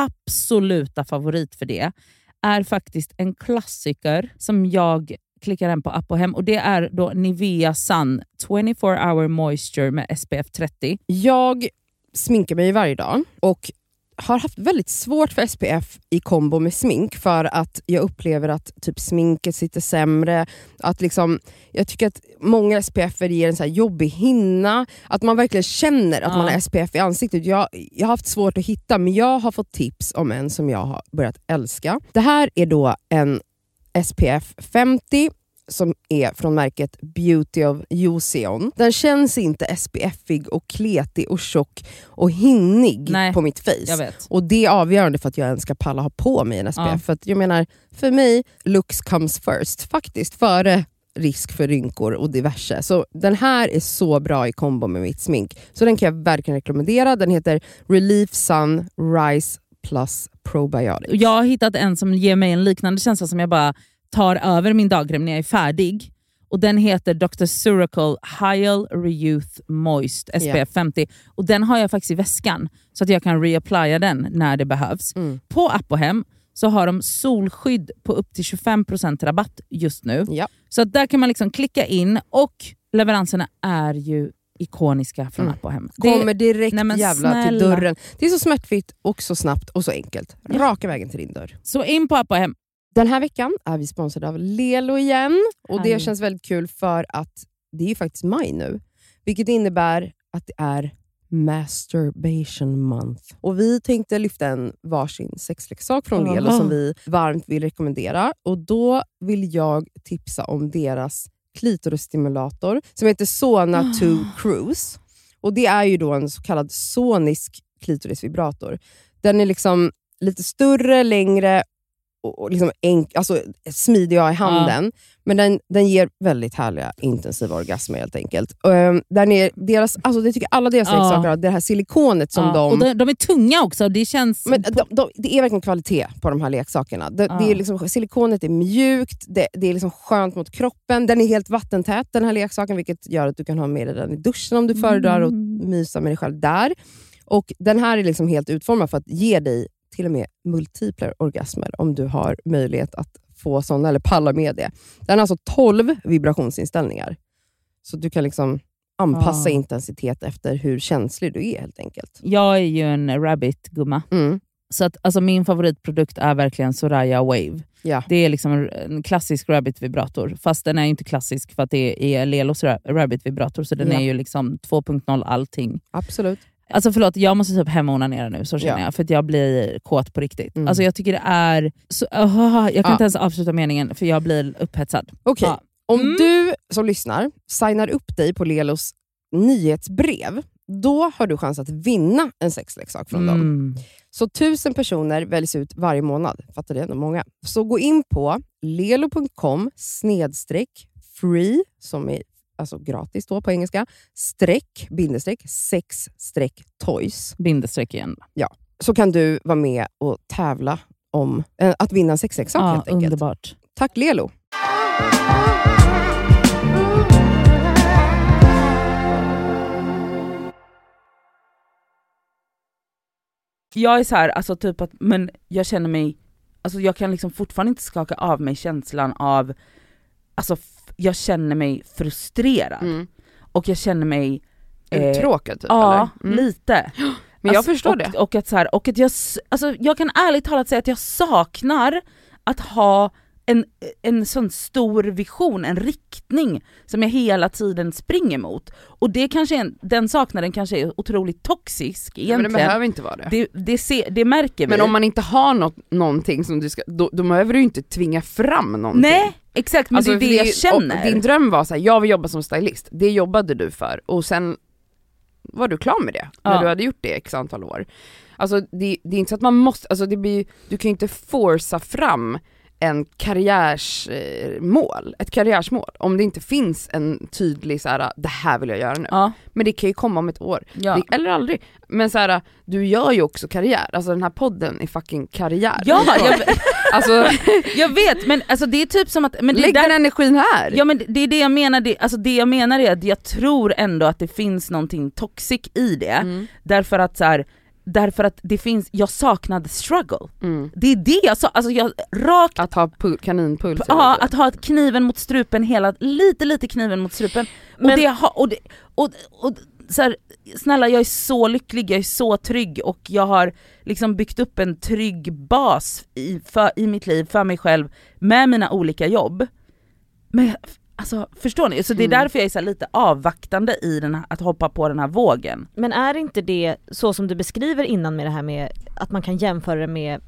absoluta favorit för det är faktiskt en klassiker som jag klickar hem på Apohem, och det är då Nivea Sun 24 Hour Moisture med SPF 30. Jag sminkar mig varje dag och har haft väldigt svårt för SPF i kombo med smink, för att jag upplever att typ sminket sitter sämre, att liksom, jag tycker att många SPF ger en så här jobbig hinna, att man verkligen känner att man har SPF i ansiktet. Jag har haft svårt att hitta, men jag har fått tips om en som jag har börjat älska. Det här är då en SPF 50 som är från märket Beauty of Joseon. Den känns inte SPF-ig och kletig och tjock och hinnig på mitt face. Jag vet. Och det är avgörande för att jag ens ska palla ha på mig en SPF. För att jag menar, för mig, looks comes first. Faktiskt, före risk för rynkor och diverse. Så den här är så bra i kombo med mitt smink. Så den kan jag verkligen rekommendera. Den heter Relief Sun Rise Plus Probiotics. Jag har hittat en som ger mig en liknande känsla som jag bara tar över min dagkräm när jag är färdig. Och den heter Dr. Suracle Hyal Reyouth Moist SPF 50. Och den har jag faktiskt i väskan så att jag kan reapplya den när det behövs. På Apohem så har de solskydd på upp till 25% rabatt just nu. Så att där kan man liksom klicka in, och leveranserna är ju ikoniska från Apohem. Kommer direkt jävla till dörren. Det är så smärtfritt och så snabbt och så enkelt. Raka vägen till din dörr. Så in på Apohem. Den här veckan är vi sponsrade av Lelo igen. Och det känns väldigt kul för att det är ju faktiskt maj nu. Vilket innebär att det är Masturbation Month. Och vi tänkte lyfta en varsin sexleksak från Lelo som vi varmt vill rekommendera. Och då vill jag tipsa om deras klitorisstimulator som heter Sona 2 Cruise. Och det är ju då en så kallad sonisk klitorisvibrator. Den är liksom lite större, längre och liksom alltså smidig i handen. Men den ger väldigt härliga intensiva orgasmer helt enkelt. Den är deras, alltså det tycker alla deras leksaker har, det här silikonet som och de är tunga också. Det känns men det är verkligen kvalitet på de här leksakerna. Det är liksom, silikonet är mjukt, det är liksom skönt mot kroppen. Den är helt vattentät den här leksaken, vilket gör att du kan ha med den i duschen om du föredrar och mysa med dig själv där. Och den här är liksom helt utformad för att ge dig till och med multipla orgasmer om du har möjlighet att få sådana eller palla med det. Den har alltså 12 vibrationsinställningar. Så du kan liksom anpassa intensitet efter hur känslig du är helt enkelt. Jag är ju en rabbit-gumma. Så att alltså, min favoritprodukt är verkligen Soraya Wave. Det är liksom en klassisk rabbit-vibrator. Fast den är inte klassisk för att det är Lelos rabbit-vibrator. Så den är ju liksom 2.0 allting. Absolut. Alltså förlåt, jag måste typ hemonanera nu, så känner jag. För att jag blir kåt på riktigt. Alltså jag tycker det är så, jag kan inte ens avsluta meningen för jag blir upphetsad. Okej. Om du som lyssnar signar upp dig på Lelos nyhetsbrev, då har du chans att vinna en sexleksak från dem. Så 1000 personer väljs ut varje månad. Fattar det ändå många. Så gå in på lelo.com/free, som är alltså gratis då på engelska, _sex-toys. Bindestreck igen. Ja, så kan du vara med och tävla om att vinna en sexleksak helt enkelt. Underbart. Tack Lelo. Jag är så här, alltså typ att, men jag känner mig, alltså jag kan liksom fortfarande inte skaka av mig känslan av, alltså jag känner mig frustrerad. Och jag känner mig uttråkad typ, ja, eller? Lite. Men jag förstår det. Och att så här, och att jag kan ärligt talat säga att jag saknar att ha en sån stor vision, en riktning som jag hela tiden springer mot. Och det kanske den saknaden kanske är otroligt toxisk egentligen. Men det behöver inte vara det. Det märker vi. Men om man inte har någonting som du ska, då behöver du inte tvinga fram någonting. Nej, exakt, men alltså, det är det jag känner. Och din dröm var så här, jag vill jobba som stylist. Det jobbade du för. Och sen var du klar med det när du hade gjort det x antal år. Alltså det är inte så att man måste, alltså du kan ju inte forsa fram ett karriärsmål. Om det inte finns en tydlig så här, det här vill jag göra nu. Ja. Men det kan ju komma om ett år. Ja. Eller aldrig. Men så här, du gör ju också karriär. Alltså den här podden är fucking karriär. Ja, jag vet, men alltså det är typ som att... Men lägg den energin här. Ja, men det är det jag menar. Det jag menar är att jag tror ändå att det finns någonting toxic i det. Därför att så här, det finns, jag saknade struggle. Det är det jag sa, alltså jag rakt... Att ha kaninpuls. Ja, att ha kniven mot strupen lite kniven mot strupen. Men... Och så här, snälla, jag är så lycklig, jag är så trygg och jag har liksom byggt upp en trygg bas i mitt liv, för mig själv, med mina olika jobb. Men alltså, förstår ni? Så det är därför jag är så lite avvaktande i att hoppa på den här vågen. Men är inte det så som du beskriver innan med det här med att man kan jämföra det med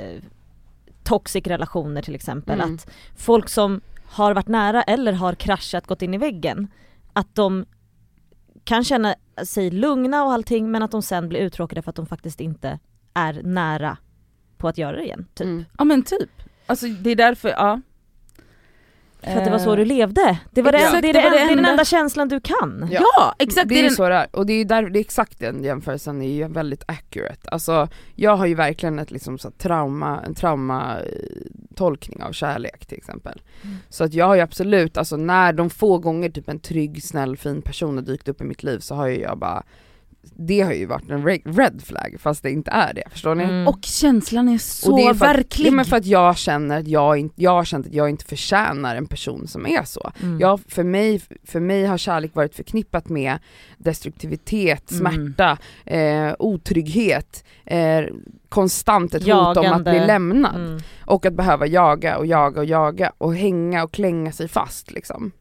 toxic relationer till exempel, att folk som har varit nära eller har kraschat, gått in i väggen, att de kan känna sig lugna och allting, men att de sen blir uttråkade för att de faktiskt inte är nära på att göra det igen, typ. Ja, men typ. Alltså det är därför, ja. För att det var så du levde. Det är den enda känslan du kan. Ja, exakt. Det är så där. Och det är exakt den jämförelsen är ju väldigt accurate. Alltså jag har ju verkligen ett liksom så en traumatolkning av kärlek till exempel. Så att jag har ju absolut, alltså när de få gånger typ en trygg, snäll, fin person har dykt upp i mitt liv, så har jag bara, det har ju varit en red flag, fast det inte är det, förstår ni? Och känslan är så verklig. Ja, men för att jag känner att jag har känt att jag inte förtjänar en person som är så. För mig har kärlek varit förknippat med destruktivitet, smärta, otrygghet, konstant ett hot om att bli lämnad och att behöva jaga och hänga och klänga sig fast liksom.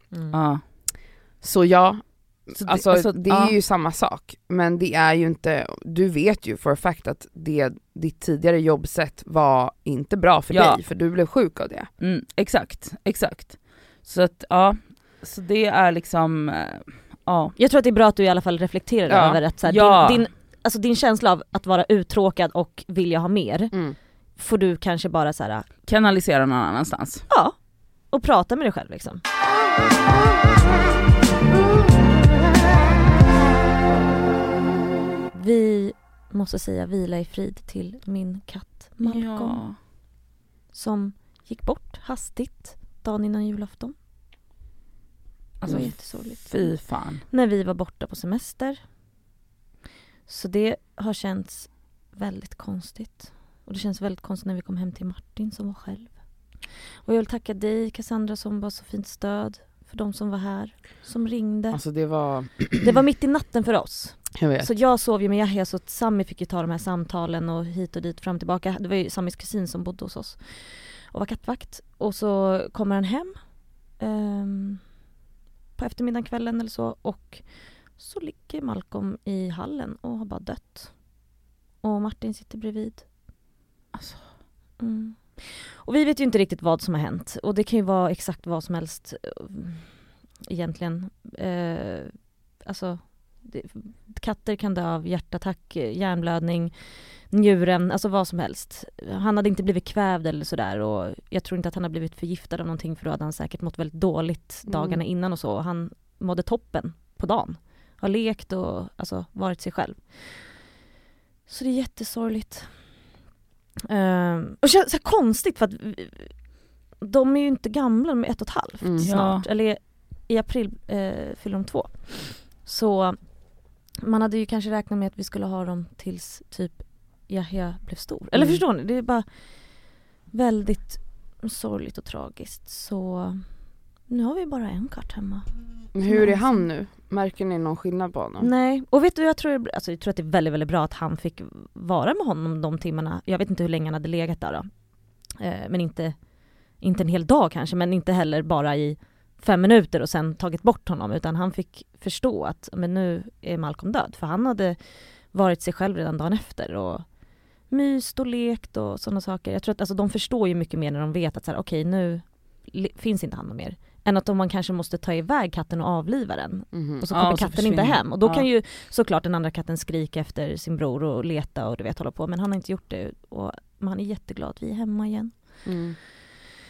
Så det är ju samma sak, men det är ju inte, du vet ju för fact att ditt tidigare jobbsätt var inte bra för dig, för du blev sjuk av det. Exakt. Så att så det är liksom Jag tror att det är bra att du i alla fall reflekterar över att så här, din känsla av att vara uttråkad och vilja ha mer får du kanske bara så här kanalisera någon annanstans. Ja, och prata med dig själv liksom. Vi måste säga vila i frid till min katt Malcolm, som gick bort hastigt dagen innan julafton. Alltså det var jättesorgligt. Fy fan. När vi var borta på semester. Så det har känts väldigt konstigt. Och det känns väldigt konstigt när vi kom hem till Martin som var själv. Och jag vill tacka dig, Cassandra, som var så fint stöd för de som var här, som ringde. Alltså det var mitt i natten för oss. Jag vet. Så jag sov ju med Yahya, så Sami fick ju ta de här samtalen och hit och dit, fram och tillbaka. Det var ju Samis kusin som bodde hos oss och var kattvakt. Och så kommer han hem på eftermiddagen, kvällen eller så, och så ligger Malcolm i hallen och har bara dött. Och Martin sitter bredvid. Alltså. Och vi vet ju inte riktigt vad som har hänt. Och det kan ju vara exakt vad som helst egentligen. Alltså katter kan dö av hjärtattack, hjärnblödning, njuren, alltså vad som helst. Han hade inte blivit kvävd eller sådär, och jag tror inte att han har blivit förgiftad av någonting, för då hade han säkert mått väldigt dåligt dagarna innan och så. Han mådde toppen på dagen. Har lekt och alltså varit sig själv. Så det är jättesorgligt. Och så här konstigt, för att de är ju inte gamla, de är 1,5 snart. Eller i april fyller de 2. Så man hade ju kanske räknat med att vi skulle ha dem tills typ Yahya blev stor. Eller förstår ni? Det är bara väldigt sorgligt och tragiskt. Så nu har vi bara en katt hemma. Hur är han nu? Märker ni någon skillnad på honom? Nej, och vet du, jag tror att det är väldigt, väldigt bra att han fick vara med honom de timmarna. Jag vet inte hur länge han hade legat där då. Men inte en hel dag kanske, men inte heller bara i 5 minuter och sen tagit bort honom, utan han fick förstå att men nu är Malcolm död, för han hade varit sig själv redan dagen efter och myst och lekt och sådana saker. Jag tror att alltså, de förstår ju mycket mer när de vet att så här, okej, nu finns inte han mer, än att om man kanske måste ta iväg katten och avliva den och så kommer katten inte hem, och då kan ju såklart den andra katten skrika efter sin bror och leta och du vet hålla på, men han har inte gjort det, och han är jätteglad att vi är hemma igen.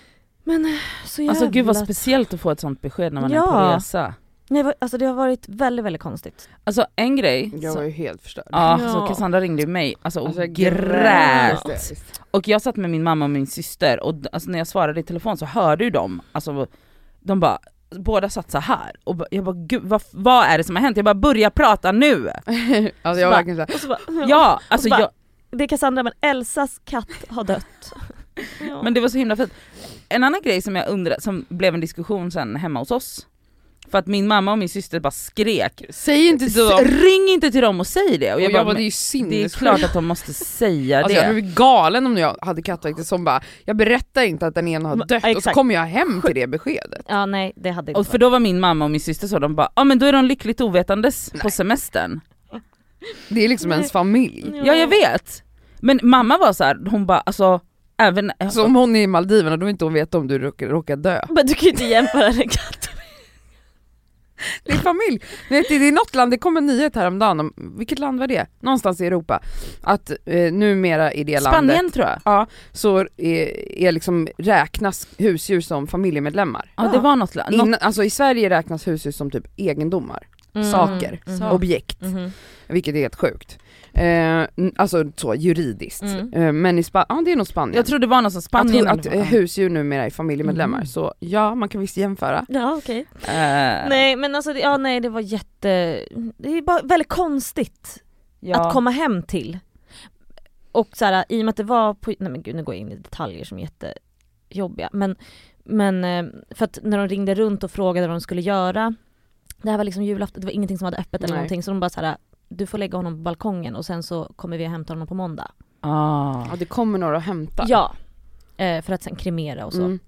Men så jävla... Alltså gud vad speciellt att få ett sånt besked när man är på resa. Nej, alltså det har varit väldigt, väldigt konstigt. Alltså en grej. Jag var ju helt förstörd. Ja, så Cassandra ringde mig och grät. Och jag satt med min mamma och min syster och alltså, när jag svarade i telefon så hörde ju de, alltså de bara, båda satt så här och jag bara gud vad är det som har hänt? Jag bara börja prata nu. Alltså jag var verkligen så här. Ja, alltså det är Cassandra, men Elsas katt har dött. Ja. Men det var så himla fint. En annan grej som jag undrar, som blev en diskussion sen hemma hos oss. För att min mamma och min syster bara skrek. Säg inte till dem. Ring inte till dem och säg det. Och jag bara, det är ju sinnessjukt. Det är klart att de måste säga alltså, det. Jag blev galen om jag hade kattvakter som bara, jag berättar inte att den ena har dött. Och så kommer jag hem till det beskedet. Ja nej, det hade inte och för då var min mamma och min syster så, de bara, men då är de lyckligt ovetandes på semestern. Det är liksom ens familj. Ja jag vet. Men mamma var så här, hon bara, alltså även... Så om hon är i Maldiverna, då inte hon vet om du råkar dö. Men du kan ju inte jämföra den katten. Det är familj. Det är något land, det kom en nyhet häromdagen om, vilket land var det? Någonstans i Europa. Att numera i det landet. Spanien tror jag. Ja, så är liksom räknas husdjur som familjemedlemmar. Ja, det var något land. Alltså i Sverige räknas husdjur som typ egendomar. Saker, objekt. Vilket är helt sjukt. Alltså så juridiskt. Men i det är nog Spanien. Jag tror det var något som Spanien. Att husdjur numera är familjemedlemmar. Så ja, man kan visst jämföra. Ja, okej. Nej, men alltså det var det är bara väldigt konstigt att komma hem till. Och så här, i och med att det var på, nej men gud, nu går jag in i detaljer som är jättejobbiga. Men för att när de ringde runt och frågade vad de skulle göra. Det här var liksom julafton, det var ingenting som hade öppet eller någonting, så de bara så här, du får lägga honom på balkongen och sen så kommer vi att hämta honom på måndag. Ja, det kommer några att hämta. Ja, för att sen kremera och så.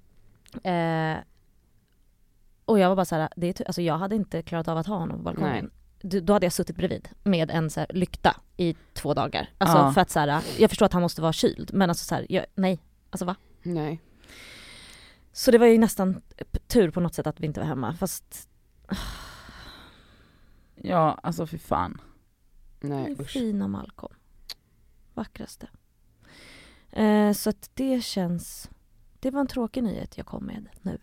Och jag var bara så här, alltså jag hade inte klarat av att ha honom på balkongen. Då hade jag suttit bredvid med en så här lykta i 2 dagar. Alltså för att så här, jag förstår att han måste vara kyld, men alltså så här, nej, alltså va? Nej. Så det var ju nästan tur på något sätt att vi inte var hemma, fast ja, alltså för fan. Nej, fina Malcolm. Vackraste. Så att det var en tråkig nyhet jag kom med nu.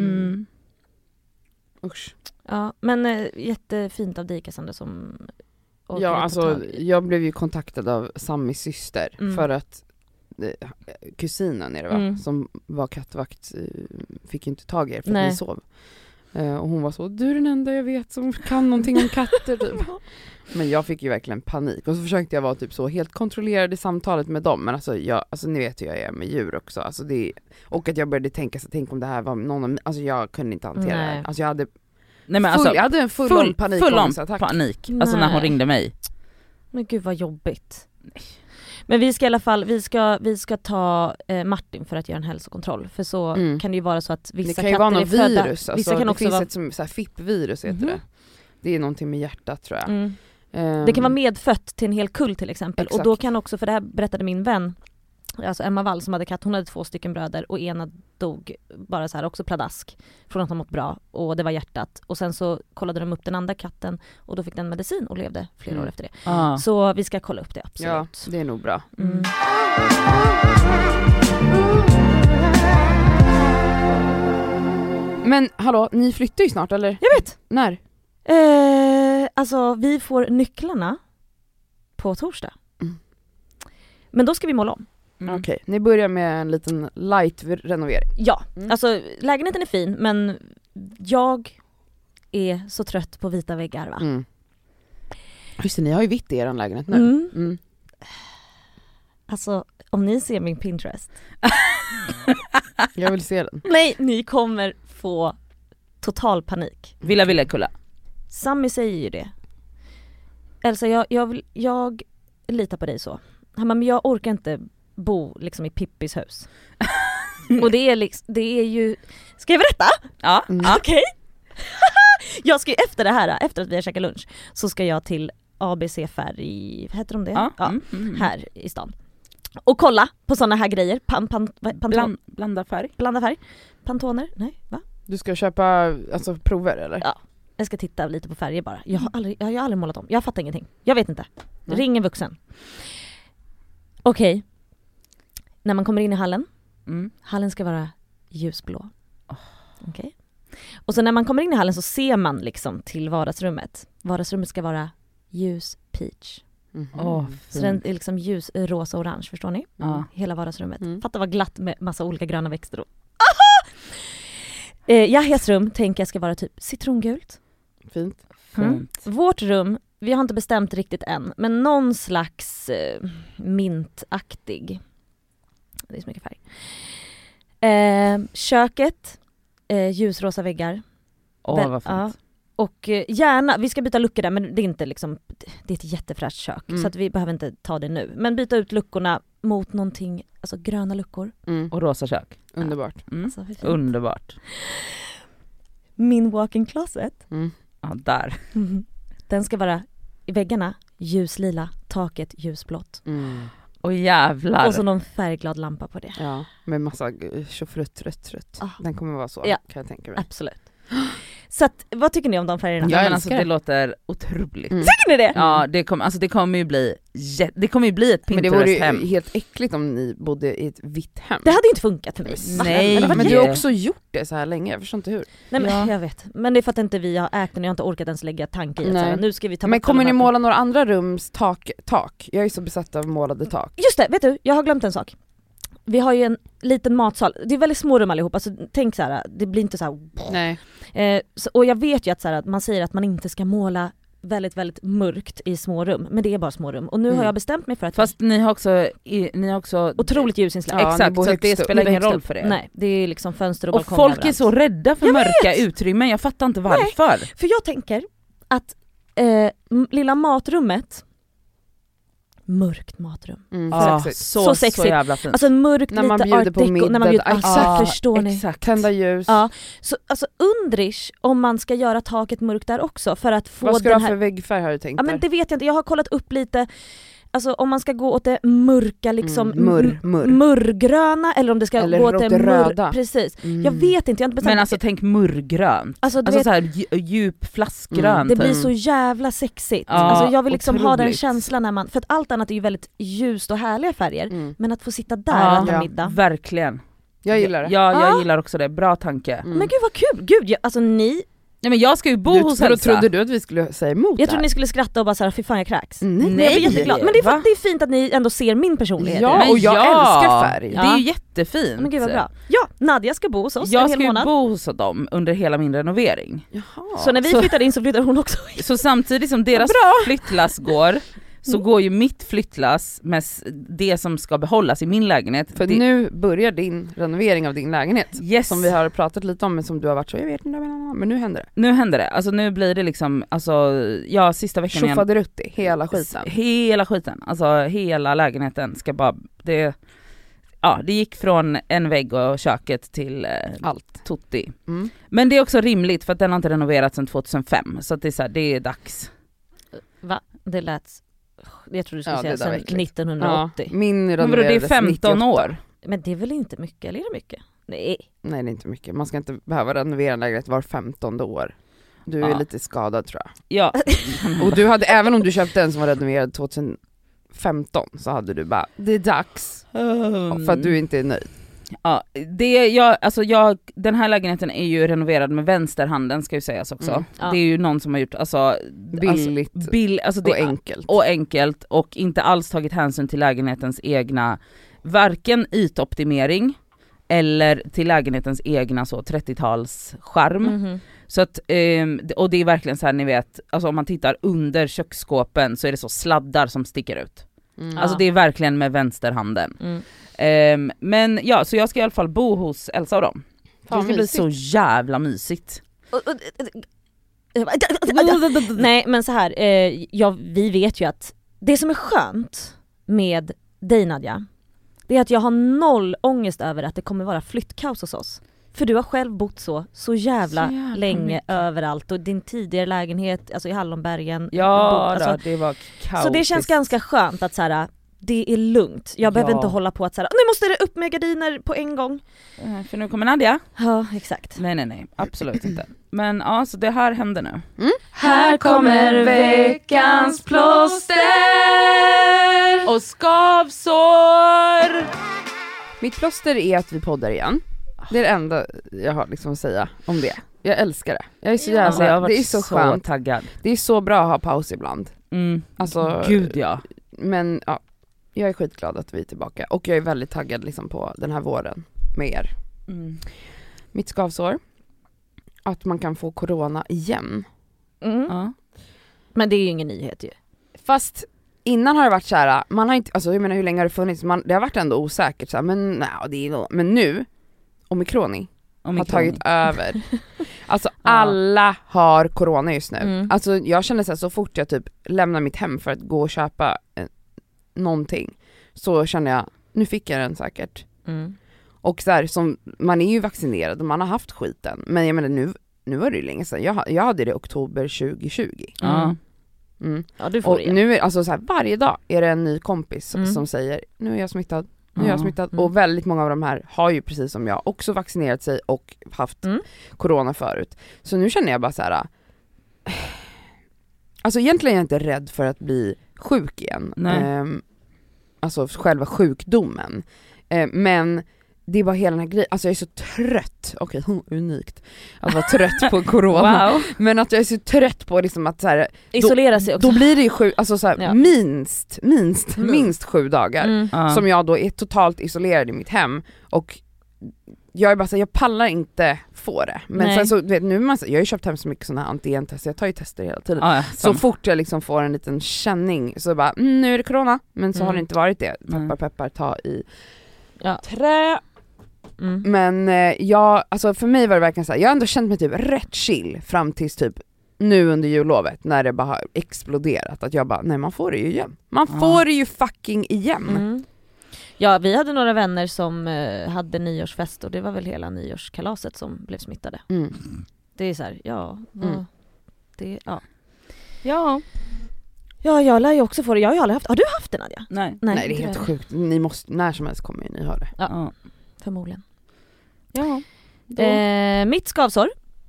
Usch. Ja, men jättefint av dig Cassandra som ja, alltså jag blev ju kontaktad av Samis syster för att kusinen är det va, som var kattvakt fick inte tag i er för att ni sov. Och hon var så, du är den enda jag vet som kan någonting om katter typ. Men jag fick ju verkligen panik. Och så försökte jag vara typ så helt kontrollerad i samtalet med dem. Men alltså ni vet hur jag är med djur också. Alltså och att jag började tänk om det här var någon, alltså jag kunde inte hantera det. Alltså jag hade jag hade en full panik. Alltså när hon ringde mig. Men gud vad jobbigt. Nej. Men vi ska i alla fall, vi ska ta Martin för att göra en hälsokontroll. För så kan det ju vara så att vissa katter är födda. Det kan ju vara något virus. Alltså, kan det också finns ett som så här FIP-virus heter det. Det är någonting med hjärtat tror jag. Det kan vara medfött till en hel kull till exempel. Exakt. Och då kan också, för det här berättade min vän, alltså Emma Wall som hade katt, hon hade 2 stycken bröder och ena dog bara så här också pladask från att ha mått bra och det var hjärtat. Och sen så kollade de upp den andra katten och då fick den medicin och levde flera år efter det. Så vi ska kolla upp det, absolut. Ja, det är nog bra. Men hallå, ni flyttar ju snart eller? Jag vet! När? Alltså vi får nycklarna på torsdag. Men då ska vi måla om. Okej, ni börjar med en liten light renovering. Ja, alltså lägenheten är fin men jag är så trött på vita väggar va? Just det, ni har ju vitt i er lägenhet nu. Alltså om ni ser min Pinterest. Jag vill se den. Nej, ni kommer få total panik. Villa Kulla. Sammy säger ju det. Elsa, jag litar på dig så. Han bara, men jag orkar inte bo liksom i Pippis hus. Och det är ju... Ska jag berätta? Ja. Okej. Jag ska ju efter det här, efter att vi har käkat lunch, så ska jag till ABC Färg, heter de det? Ja. Här i stan. Och kolla på såna här grejer. Blanda färg. Pantoner? Nej, va? Du ska köpa alltså prover eller? Ja. Jag ska titta lite på färger bara. Jag har aldrig målat om. Jag fattar ingenting. Jag vet inte. Ring en vuxen. Okej. När man kommer in i hallen. Hallen ska vara ljusblå. Okej. Och så när man kommer in i hallen så ser man liksom till vardagsrummet. Vardagsrummet ska vara ljus peach. Så den är liksom ljus rosa orange, förstår ni? Hela vardagsrummet. Fatta vad glatt med massa olika gröna växter då. Yahyas rum tänker jag ska vara typ citrongult. Fint. Vårt rum, vi har inte bestämt riktigt än, men någon slags mintaktig. Det är så mycket färg. Köket, ljusrosa väggar. Vad fint. Och gärna, vi ska byta luckor där, men det är inte liksom, det är ett jättefräscht kök så att vi behöver inte ta det nu. Men byta ut luckorna mot någonting, alltså gröna luckor. Och rosa kök. Underbart. Alltså, underbart. Min walk-in closet. Ja, där. Den ska vara i väggarna ljuslila, taket ljusblått. Och jävlar. Och så någon färgglad lampa på det. Ja, med massa tjofrutt, rött. Den kommer vara så, kan jag tänka mig. Absolut. Så att, vad tycker ni om de färgerna? Ja, men alltså, det låter otroligt. Tycker ni det? Ja, det kommer ju bli ett Pinterest-hem. Men det vore ju helt äckligt om ni bodde i ett vitt hem. Det hade inte funkat för mig. Nej, men du har också gjort det så här länge, jag förstår inte hur. Nej, men jag vet. Men det är för att inte vi har ägt den, jag har inte orkat ens lägga tanke i att nu ska vi ta. Men kommer ni måla några andra rums tak? Jag är så besatt av målade tak. Just det, vet du, jag har glömt en sak. Vi har ju en liten matsal. Det är väldigt små rum allihopa, så tänk så här, det blir inte så här. Nej. Och jag vet ju att, så här, att man säger att man inte ska måla väldigt, väldigt mörkt i små rum, men det är bara små rum. Och nu har jag bestämt mig för att... Fast ni har också otroligt ljusinslag. Ja, exakt, så det spelar ingen roll för er. Nej, det är liksom fönster och balkong. Och folk är så rädda för mörka utrymmen, jag fattar inte varför. Nej, för jag tänker att lilla matrummet, mörkt matrum. Så sexigt. Så jävla fint. Alltså mörkt, när man lite bjuder art på deco, middag. när man bjuder, exakt, förstår ni? Exakt. Tända ljus. Ja. Så alltså undrish om man ska göra taket mörkt där också för att få vad ska den du ha här... för väggfärg, har du tänkt? Ja, men det vet jag inte, jag har kollat upp lite. Alltså om man ska gå åt det mörka liksom murrgröna eller om det ska gå åt det röda. Precis. Jag vet inte, jag har inte bestämt. Men alltså tänk murrgrönt. Alltså så här djup flaskgrönt. Det blir så jävla sexigt. Ja, alltså jag vill liksom otroligt. ha den känslan när man, för att allt annat är ju väldigt ljust och härliga färger, men att få sitta där och äta middag. Verkligen. Jag gillar det. Ja, jag gillar också det. Bra tanke. Men gud vad kul. Gud, alltså ni... Nej, men jag ska ju bo hos Elsa. Trodde du att vi skulle säga emot? Jag trodde ni skulle skratta och bara såhär, fy fan jag kräks. Nej, jag blir jätteglad. Men det är för att det är fint att ni ändå ser min personlighet. Ja, och jag älskar färg. Det är ju jättefint. Men gud vad bra. Ja, Nadja ska bo hos oss jag en hel månad. Jag ska ju bo hos dem under hela min renovering. Jaha. Så när vi flyttade in så flyttade hon också in. Så samtidigt som deras flyttlass går så går ju mitt flyttlass med det som ska behållas i min lägenhet. För nu börjar din renovering av din lägenhet. Yes. Som vi har pratat lite om, men som du har varit så, jag vet inte, men nu händer det. Nu händer det. Alltså nu blir det liksom, alltså sista veckan igen. Tjofaderutti, hela skiten. Hela skiten. Alltså hela lägenheten ska bara, det gick från en vägg och köket till allt. Tutti. Men det är också rimligt för att den har inte renoverats sedan 2005. Så att det är så här, det är dags. Va? Det lät... Jag tror du skulle säga sedan verkligen. 1980. Ja, min men det är 15 98. år. Men det är väl inte mycket, eller är det mycket? Nej, det är inte mycket. Man ska inte behöva renovera en lägenhet var 15:e år. Du är lite skadad, tror jag. Ja. Och du hade, även om du köpte en som var renoverad 2015, så hade du bara, det är dags. För att du inte är nöjd. Ja, den här lägenheten är ju renoverad med vänsterhanden, ska ju sägas också. Det är ju någon som har gjort billigt och enkelt. Och enkelt och inte alls tagit hänsyn till lägenhetens egna, varken ytoptimering eller till lägenhetens egna så 30-tals charm. Så att, och det är verkligen så här, ni vet, alltså om man tittar under köksskåpen så är det så sladdar som sticker ut. Alltså det är verkligen med vänsterhanden. Men ja, så jag ska i alla fall bo hos Elsa och dem. Det ska bli så jävla mysigt. Nej, men så här, vi vet ju att det som är skönt med dig, Nadja, det är att jag har noll ångest över att det kommer vara flyttkaos hos oss. För du har själv bott så jävla länge mycket. Överallt, och din tidigare lägenhet, alltså i Hallonbergen. Det var kaotiskt. Så det känns ganska skönt att så här, det är lugnt. Jag behöver inte hålla på att så här, nu måste det upp med gardiner på en gång. För nu kommer Nadja. Ja, exakt. Nej, absolut inte. Men ja, så det här händer nu. Här kommer veckans plåster och skavsår. Mitt plåster är att vi poddar igen. Det är det enda jag har liksom att säga om det. Jag älskar det. Jag är så jävla, det är så skönt. Taggad. Det är så bra att ha paus ibland. Alltså, gud ja. Men ja, jag är skitglad att vi är tillbaka. Och jag är väldigt taggad liksom på den här våren med er. Mitt skavsår. Att man kan få corona igen. Ja. Men det är ju ingen nyhet ju. Fast innan har det varit så här, man har inte, alltså jag menar hur länge har det funnits? Det har varit ändå osäkert så här, men nej, det är men nu Omicron har tagit över. Alltså alla har corona just nu. Alltså jag känner så fort jag typ lämnar mitt hem för att gå och köpa någonting, så känner jag, nu fick jag den säkert. Och så här, som, man är ju vaccinerad och man har haft skiten. Men jag menar nu var det ju länge sedan. Jag hade det i oktober 2020. Ja, du får och det. Nu är alltså så här, varje dag är det en ny kompis som säger, nu är jag smittad. Nu är jag smittad. Och väldigt många av de här har ju precis som jag också vaccinerat sig och haft corona förut. Så nu känner jag bara så här. Alltså egentligen är jag inte rädd för att bli sjuk igen. Alltså själva sjukdomen. Men det är bara hela den här grejen. Alltså jag är så trött. Okej, unikt att vara trött på corona. Wow. Men att jag är så trött på liksom att så här, isolera sig också. Då blir det ju alltså så här, minst 7 dagar som jag då är totalt isolerad i mitt hem. Och jag är bara så här, jag pallar inte få det. Men sen så vet nu jag har ju köpt hem så mycket såna här antigentester. Jag tar ju tester hela tiden. Så fort jag liksom får en liten känning så bara nu är det corona. Men så har det inte varit det. Peppar ta i trä. Men alltså för mig var det verkligen så här, jag har ändå känt mig typ rätt chill fram tills typ nu under jullovet när det bara har exploderat, att jag bara, nej man får det ju igen. Man får det ju fucking igen. Ja, vi hade några vänner som hade nyårsfest och det var väl hela nyårskalaset som blev smittade. Det är så här, Ja, jag lär ju också få det. Jag har ju aldrig haft. Har du haft det, Nadia? Nej, det är helt sjukt. Ni måste, när som helst kommer ni ha det. Ja. Förmodligen. Ja. Mitt skavsår.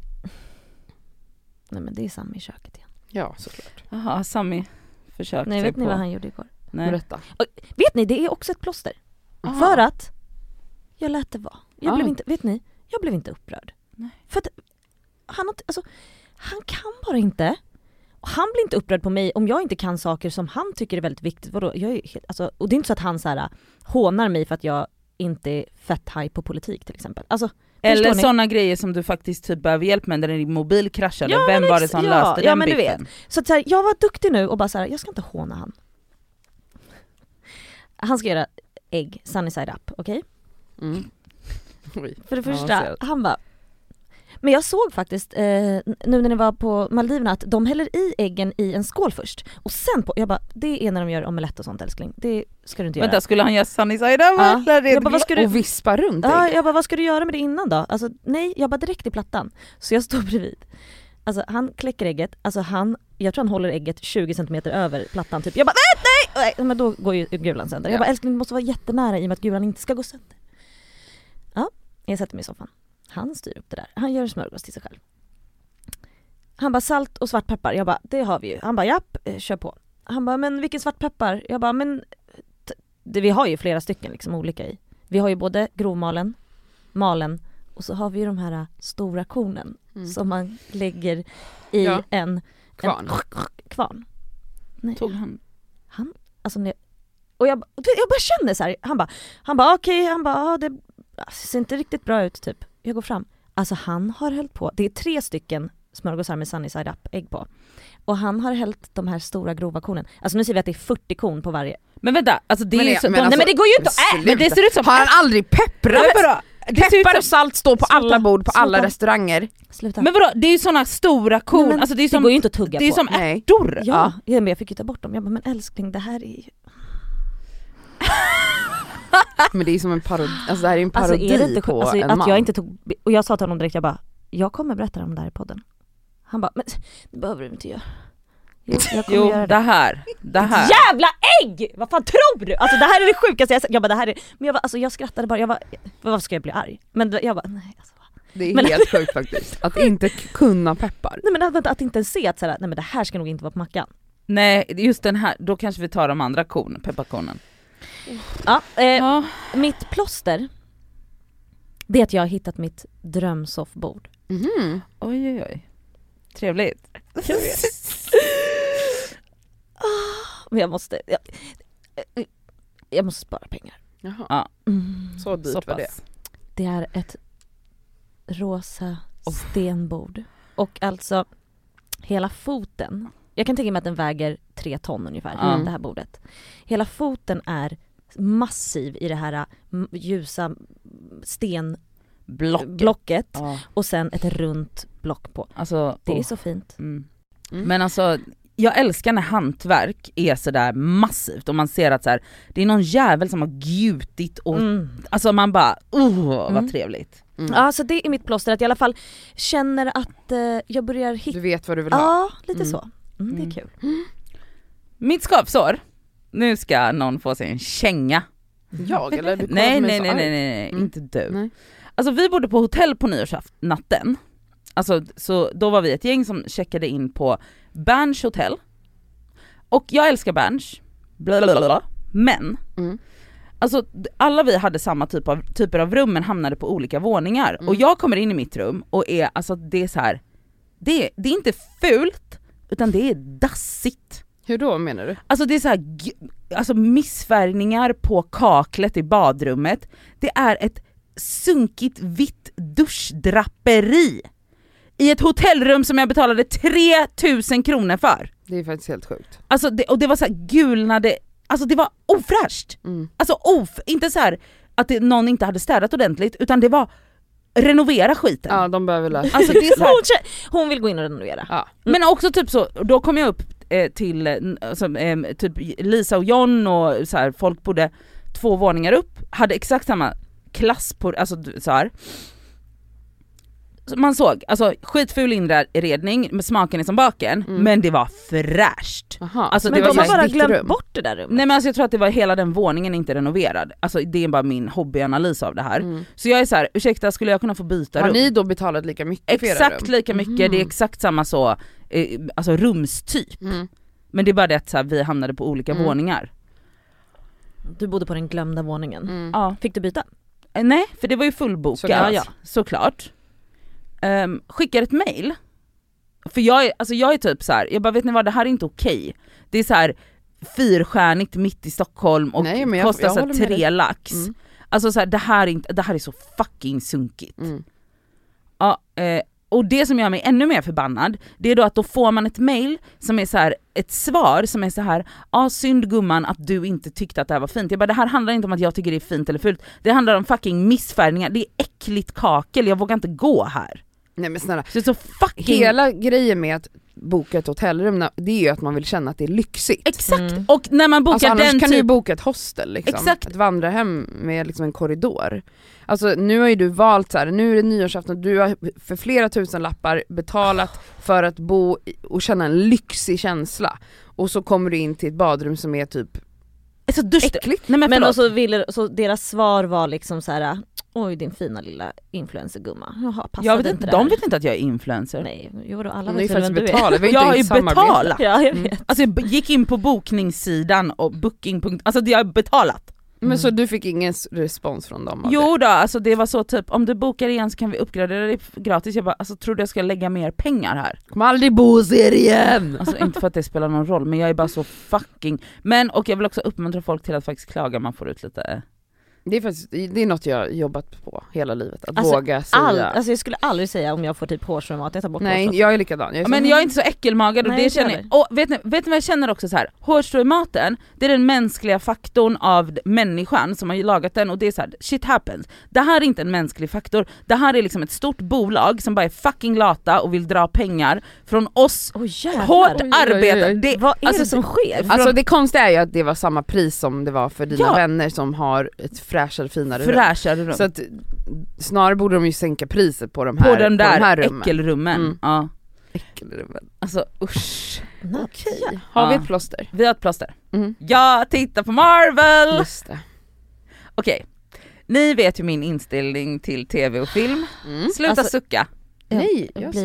Nej, men det är Sammy i köket igen. Ja, såklart. Jaha, Sammy försökte. Nej, vet ni vad han gjorde igår? Nej. Berätta. Och, vet ni, det är också ett plåster. För att jag lät det vara. Jag blev inte, vet ni, jag blev inte upprörd. Nej. För att han kan bara inte. Och han blir inte upprörd på mig om jag inte kan saker som han tycker är väldigt viktigt. Vadå? Jag är helt, alltså, och det är inte så att han så här, hånar mig för att jag inte är fett high på politik till exempel. Alltså, eller sådana grejer som du faktiskt typ behöver hjälp med när din mobil kraschade. Ja, vem var det som löste den men biten? Du vet. Så att så här, jag var duktig nu och bara så här, jag ska inte håna han. Han ska göra ägg sunny side up, okej? För det första, han bara. Men jag såg faktiskt nu när ni var på Maldiverna att de häller i äggen i en skål först. Och sen på, jag bara, det är när de gör omelett och sånt, älskling. Det ska du inte göra. Vänta, skulle han göra sunny side up? Jag bara, vad ska du... Och vispa runt ägg? Ja, jag bara, vad ska du göra med det innan då? Alltså nej, jag bara direkt i plattan. Så jag står bredvid. Alltså han kläcker ägget, alltså jag tror han håller ägget 20 cm över plattan typ. Jag bara, nej! Men då går ju gulan sönder. Jag bara, älskling, det måste vara jättenära i och med att gulan inte ska gå sönder. Ja, jag sätter mig i soffan. Han styr upp det där. Han gör smörgås till sig själv. Han bara, salt och svartpeppar. Jag bara, det har vi ju. Han bara, japp, kör på. Han bara, men vilken svartpeppar? Jag bara, men vi har ju flera stycken liksom olika i. Vi har ju både grovmalen, malen och så har vi ju de här stora kornen som man lägger i en kvarn. Nej. Tog han? Alltså, och jag bara känner så här, han bara okej, han bara det ser inte riktigt bra ut typ. Jag går fram. Alltså han har hällt på. Det är 3 stycken smörgåsar med sunny side up ägg på. Och han har hällt de här stora grova kornen. Alltså nu ser vi att det är 40 korn på varje. Men vänta, alltså det är så, nej men det går ju inte att men det ser ut som har han aldrig pepprat? Peppar och salt står på alla bord på alla restauranger. Sluta. Men vadå, det är ju såna stora korn. Men, alltså det är som, går ju inte att tugga det är på. Som ärtor. Ja, men jag fick ju ta bort dem. Jag bara, men älskling, det här är ju... Men det är som en parodi, alltså det här är en parodi alltså, är det inte, på alltså, en att man. Jag inte tog, och jag sa till honom direkt, jag bara, jag kommer berätta om det här i podden. Han bara, men det behöver du inte göra. Jag kommer göra det här. Jävla ägg! Vad fan tror du? Alltså det här är det sjukaste jag bara, det här är, men jag bara, alltså jag skrattade bara, jag bara, vad ska jag bli arg? Men jag bara, nej alltså. Det är helt sjukt faktiskt, att inte kunna peppar. Nej men att inte se att såhär, nej men det här ska nog inte vara på mackan. Nej, just den här, då kanske vi tar de andra pepparkornen. Mitt plåster, Det är att jag har hittat mitt drömsoffbord. Oj. Trevligt. Men jag måste spara pengar. Jaha. Ja. Så dyrt var det. Det är ett rosa stenbord. Och alltså hela foten. Jag kan tänka mig att den väger 3 ton ungefär, det här bordet. Hela foten är massiv i det här ljusa stenblocket och sen ett runt block på. Alltså, det är så fint. Men alltså, jag älskar när hantverk är sådär massivt och man ser att så här, det är någon jävel som har gjutit och alltså man bara, vad trevligt. Ja, så det är mitt plåster, att jag i alla fall känner att jag börjar hitta... Du vet vad du vill ha. Ja, lite så. Det är kul. Mitt skavsår, nu ska någon få sig en känga. Jag eller? Du nej, inte du. Nej. Alltså vi bodde på hotell på nyårsnatten. Alltså, så då var vi ett gäng som checkade in på Berns hotell. Och jag älskar Berns. Blablabla. Men alltså alla vi hade samma typer av rum men hamnade på olika våningar. Och jag kommer in i mitt rum och är, alltså det är så här, det är inte fult utan det är dassigt. Hur då menar du? Alltså det är så här, alltså missfärgningar på kaklet i badrummet. Det är ett sunkigt vitt duschdraperi i ett hotellrum som jag betalade 3000 kronor för. Det är faktiskt helt sjukt. Alltså och det var så här gulnade, alltså det var ofräscht. Alltså inte så här att någon inte hade städat ordentligt, utan det var renovera skiten. Ja, de behöver lösa. Alltså det är så här, hon vill gå in och renovera. Ja. Men också typ så, då kom jag upp till alltså, typ Lisa och John och så här, folk bodde 2 våningar upp, hade exakt samma klass på, alltså så här. Så man såg, alltså skitful inredning med smaken är som baken, men det var fräscht. Alltså, men det de var har bara glömt bort det där rummet. Nej, men alltså jag tror att det var hela den våningen inte renoverad. Alltså det är bara min hobbyanalys av det här. Så jag är så här, ursäkta, skulle jag kunna få byta rum? Har ni då betalat lika mycket för era rum? Exakt lika mycket, det är exakt samma så, alltså rumstyp. Men det är bara det att så här, vi hamnade på olika våningar. Du bodde på den glömda våningen. Ja. Fick du byta? Nej, för det var ju fullbokat. Såklart. Skickar ett mail. För jag är typ så här, jag bara, vet ni vad, det här är inte okej. Det är så här 4-stjärnigt mitt i Stockholm och kostar så 3 lax. Alltså så här, det här är så fucking sunkigt. Ja, och det som gör mig ännu mer förbannad, det är då att då får man ett mail som är så här, ett svar som är så här: synd gumman att du inte tyckte att det här var fint. Jag bara, det här handlar inte om att jag tycker det är fint eller fult. Det handlar om fucking missfärgningar. Det är äckligt kakel, jag vågar inte gå här. Nej men snälla, så fucking... hela grejen med att boka ett hotellrum, det är ju att man vill känna att det är lyxigt. Exakt, och när man bokar alltså, den kan du ju boka ett hostel liksom. Exakt. Ett vandrarhem med liksom en korridor. Alltså nu har ju du valt så här, nu är det nyårsafton, du har för flera tusen lappar betalat för att bo och känna en lyxig känsla. Och så kommer du in till ett badrum som är typ äckligt. Nej, men så deras svar var liksom så här: oj, din fina lilla influencergumma. Jaha, jag vet inte, de vet inte att jag är influencer. Nej, jo då, alla vet vem du är. Jag har ju betalat. Ja, jag vet. Alltså jag gick in på bokningssidan och booking. Alltså jag har betalat. Men så du fick ingen respons från dem? Jo då, alltså det var så typ, om du bokar igen så kan vi uppgradera det gratis. Jag bara, alltså tror du jag ska lägga mer pengar här? Kommer aldrig bo hos er igen! Alltså inte för att det spelar någon roll, men jag är bara så fucking... Men, och jag vill också uppmuntra folk till att faktiskt klaga, man får ut lite... Det är något jag har jobbat på hela livet, att våga säga. Alltså jag skulle aldrig säga om jag får typ hårströmat, jag tar bort Nej, jag är likadan. Men jag är inte så äckelmagad och det känner jag. Och vet ni vad jag känner också så här? Hårströmaten, det är den mänskliga faktorn av människan som har lagat den, och det är så här, shit happens. Det här är inte en mänsklig faktor. Det här är liksom ett stort bolag som bara är fucking lata och vill dra pengar från oss hårt arbetare. Vad är det som sker? Alltså det konstiga är ju att det var samma pris som det var för dina vänner som har ett fräschare, finare rum. Så att snarare borde de ju sänka priset på de här äckelrummen. Ja. Äckelrummen. Alltså usch. Okej. Har vi ett plåster? Vi har ett plåster. Jag tittar på Marvel. Just det. Okej. Ni vet ju min inställning till tv och film. Sluta sucka. Nej,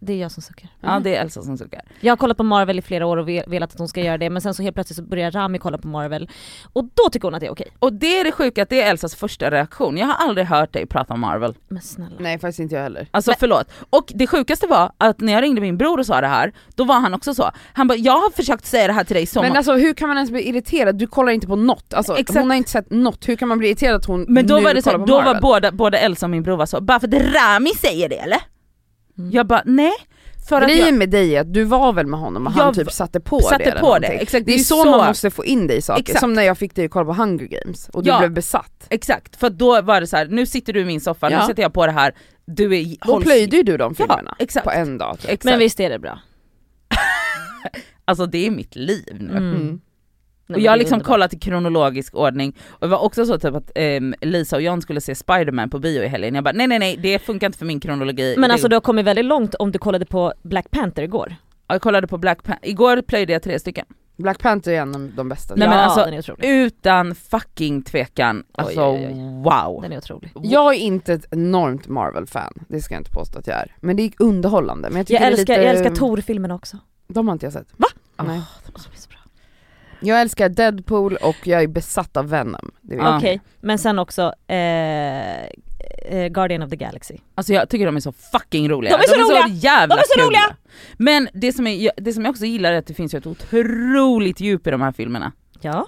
Det är jag som suckar. Ja, det är Elsa som suckar. Jag har kollat på Marvel i flera år och velat att hon ska göra det, men sen så helt plötsligt så börjar Rami kolla på Marvel och då tycker hon att det är okej. Och det är det sjuka, att det är Elsas första reaktion. Jag har aldrig hört dig prata om Marvel. Men snälla. Nej, faktiskt inte jag heller. Alltså förlåt. Och det sjukaste var att när jag ringde min bror och sa det här, då var han också så. Han bara, jag har försökt säga det här till dig som... Men alltså hur kan man ens bli irriterad? Du kollar inte på något. Alltså, hon har inte sett något. Hur kan man bli irriterad att hon men då nu var det så, kollar på då Marvel? var både Elsa och min bror var så, bara för att Rami säger det eller? Jag bara, nej. Grejen med dig är att du var väl med honom och han typ satte på det. Exakt, det är så man måste få in dig i saker. Exakt. Som när jag fick dig att kolla på Hunger Games och du blev besatt. Exakt, för då var det så här: nu sitter du i min soffa, nu sätter jag på det här. Då plöjde ju du de filmerna på en dag. Exakt. Men visst är det bra. Alltså det är mitt liv nu. Och jag har liksom kollat i kronologisk ordning. Och det var också så typ att Lisa och John skulle se Spider-Man på bio i helgen. Jag bara nej, det funkar inte för min kronologi. Men alltså du har kommit väldigt långt om du kollade på Black Panther igår. Ja, jag kollade på Black Panther. Igår plöjde jag 3 stycken. Black Panther är en av de bästa. Nej, men alltså, den är otrolig. Utan fucking tvekan. Alltså wow. Den är otrolig. Jag är inte ett enormt Marvel-fan. Det ska jag inte påstå att jag är. Men det är underhållande. Men jag älskar Thor-filmerna också. De har inte jag sett. Va? Nej. De är så bra. Jag älskar Deadpool och jag är besatt av Venom. Okej, men sen också Guardian of the Galaxy. Alltså jag tycker de är så fucking roliga. De är så jävla de är så roliga. Men det som jag också gillar är att det finns ju ett otroligt djup i de här filmerna. Ja.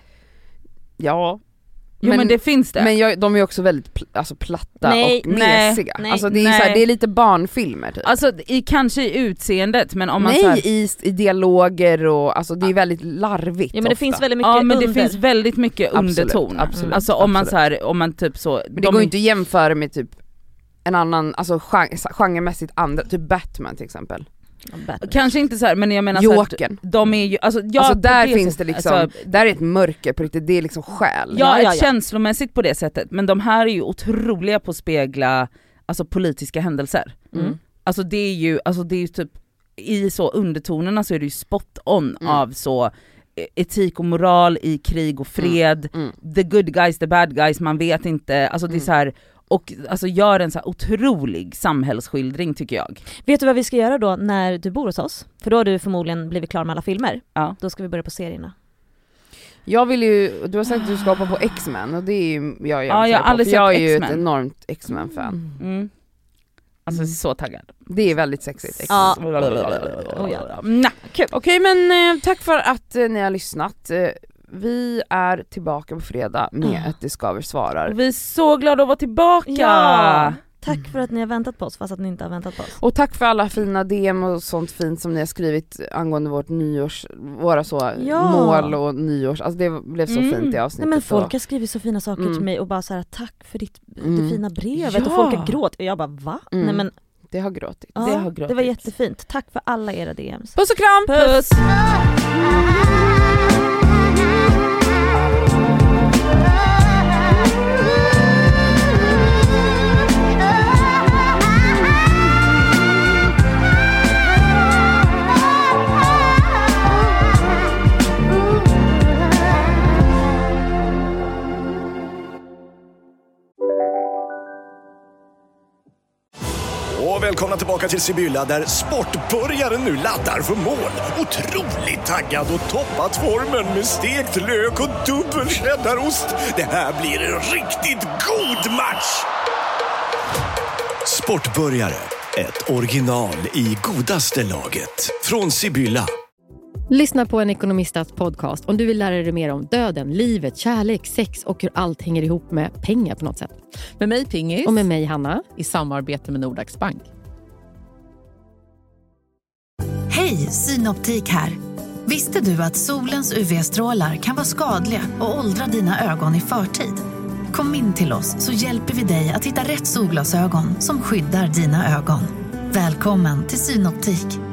Jo men det finns det. Men de är också väldigt platta och mesiga. Alltså det är så här, det är lite barnfilmer typ. Alltså kanske i utseendet, men om man i dialoger och alltså det är väldigt larvigt. Ja men det finns väldigt mycket det finns väldigt mycket underton. Absolut. Alltså om man så här, om man typ så. Men det går ju inte att jämföra med typ en annan, alltså genremässigt andra, typ Batman till exempel. Kanske inte så här, men jag menar Jokern. De är ju alltså där finns det liksom där är ett mörker på riktigt, det är liksom själ. Ja, känslomässigt på det sättet, men de här är ju otroliga på att spegla alltså politiska händelser. Alltså det är ju typ i så undertonerna så är det ju spot on av så etik och moral i krig och fred. The good guys, the bad guys, man vet inte, alltså det är så här. Och alltså gör en så här otrolig samhällsskildring tycker jag. Vet du vad vi ska göra då när du bor hos oss? För då har du förmodligen blivit klar med alla filmer. Ja. Då ska vi börja på serierna. Jag vill ju, du har sagt att du ska hoppa på X-Men och det är ju jag är ju ett enormt X-Men-fan. Alltså så taggad. Det är väldigt sexigt. Ja. Kul. Okej, men tack för att ni har lyssnat. Vi är tillbaka på fredag med ett Det Skaver svarar. Vi är så glada att vara tillbaka. Ja. Tack för att ni har väntat på oss fast att ni inte har väntat på oss. Och tack för alla fina DM och sånt fint som ni har skrivit angående vårt våra så mål och nyårs. Alltså det blev så fint i avsnittet. Nej, men folk har skrivit så fina saker till mig och bara så här: tack för det fina brevet och folk har gråtit och jag bara va? Nej men det har gråtit. Ja, det var jättefint. Tack för alla era DMs. Puss och kram. Puss. Och välkomna tillbaka till Sibylla där sportbörjaren nu laddar för mål. Otroligt taggad och toppat formen med stekt lök och dubbel cheddarost. Det här blir en riktigt god match! Sportbörjare, ett original i godaste laget. Från Sibylla. Lyssna på en ekonomistats podcast om du vill lära dig mer om döden, livet, kärlek, sex och hur allt hänger ihop med pengar på något sätt. Med mig Pingis. Och med mig Hanna. I samarbete med Nordax Bank. Hej, Synoptik här. Visste du att solens UV-strålar kan vara skadliga och åldra dina ögon i förtid? Kom in till oss så hjälper vi dig att hitta rätt solglasögon som skyddar dina ögon. Välkommen till Synoptik.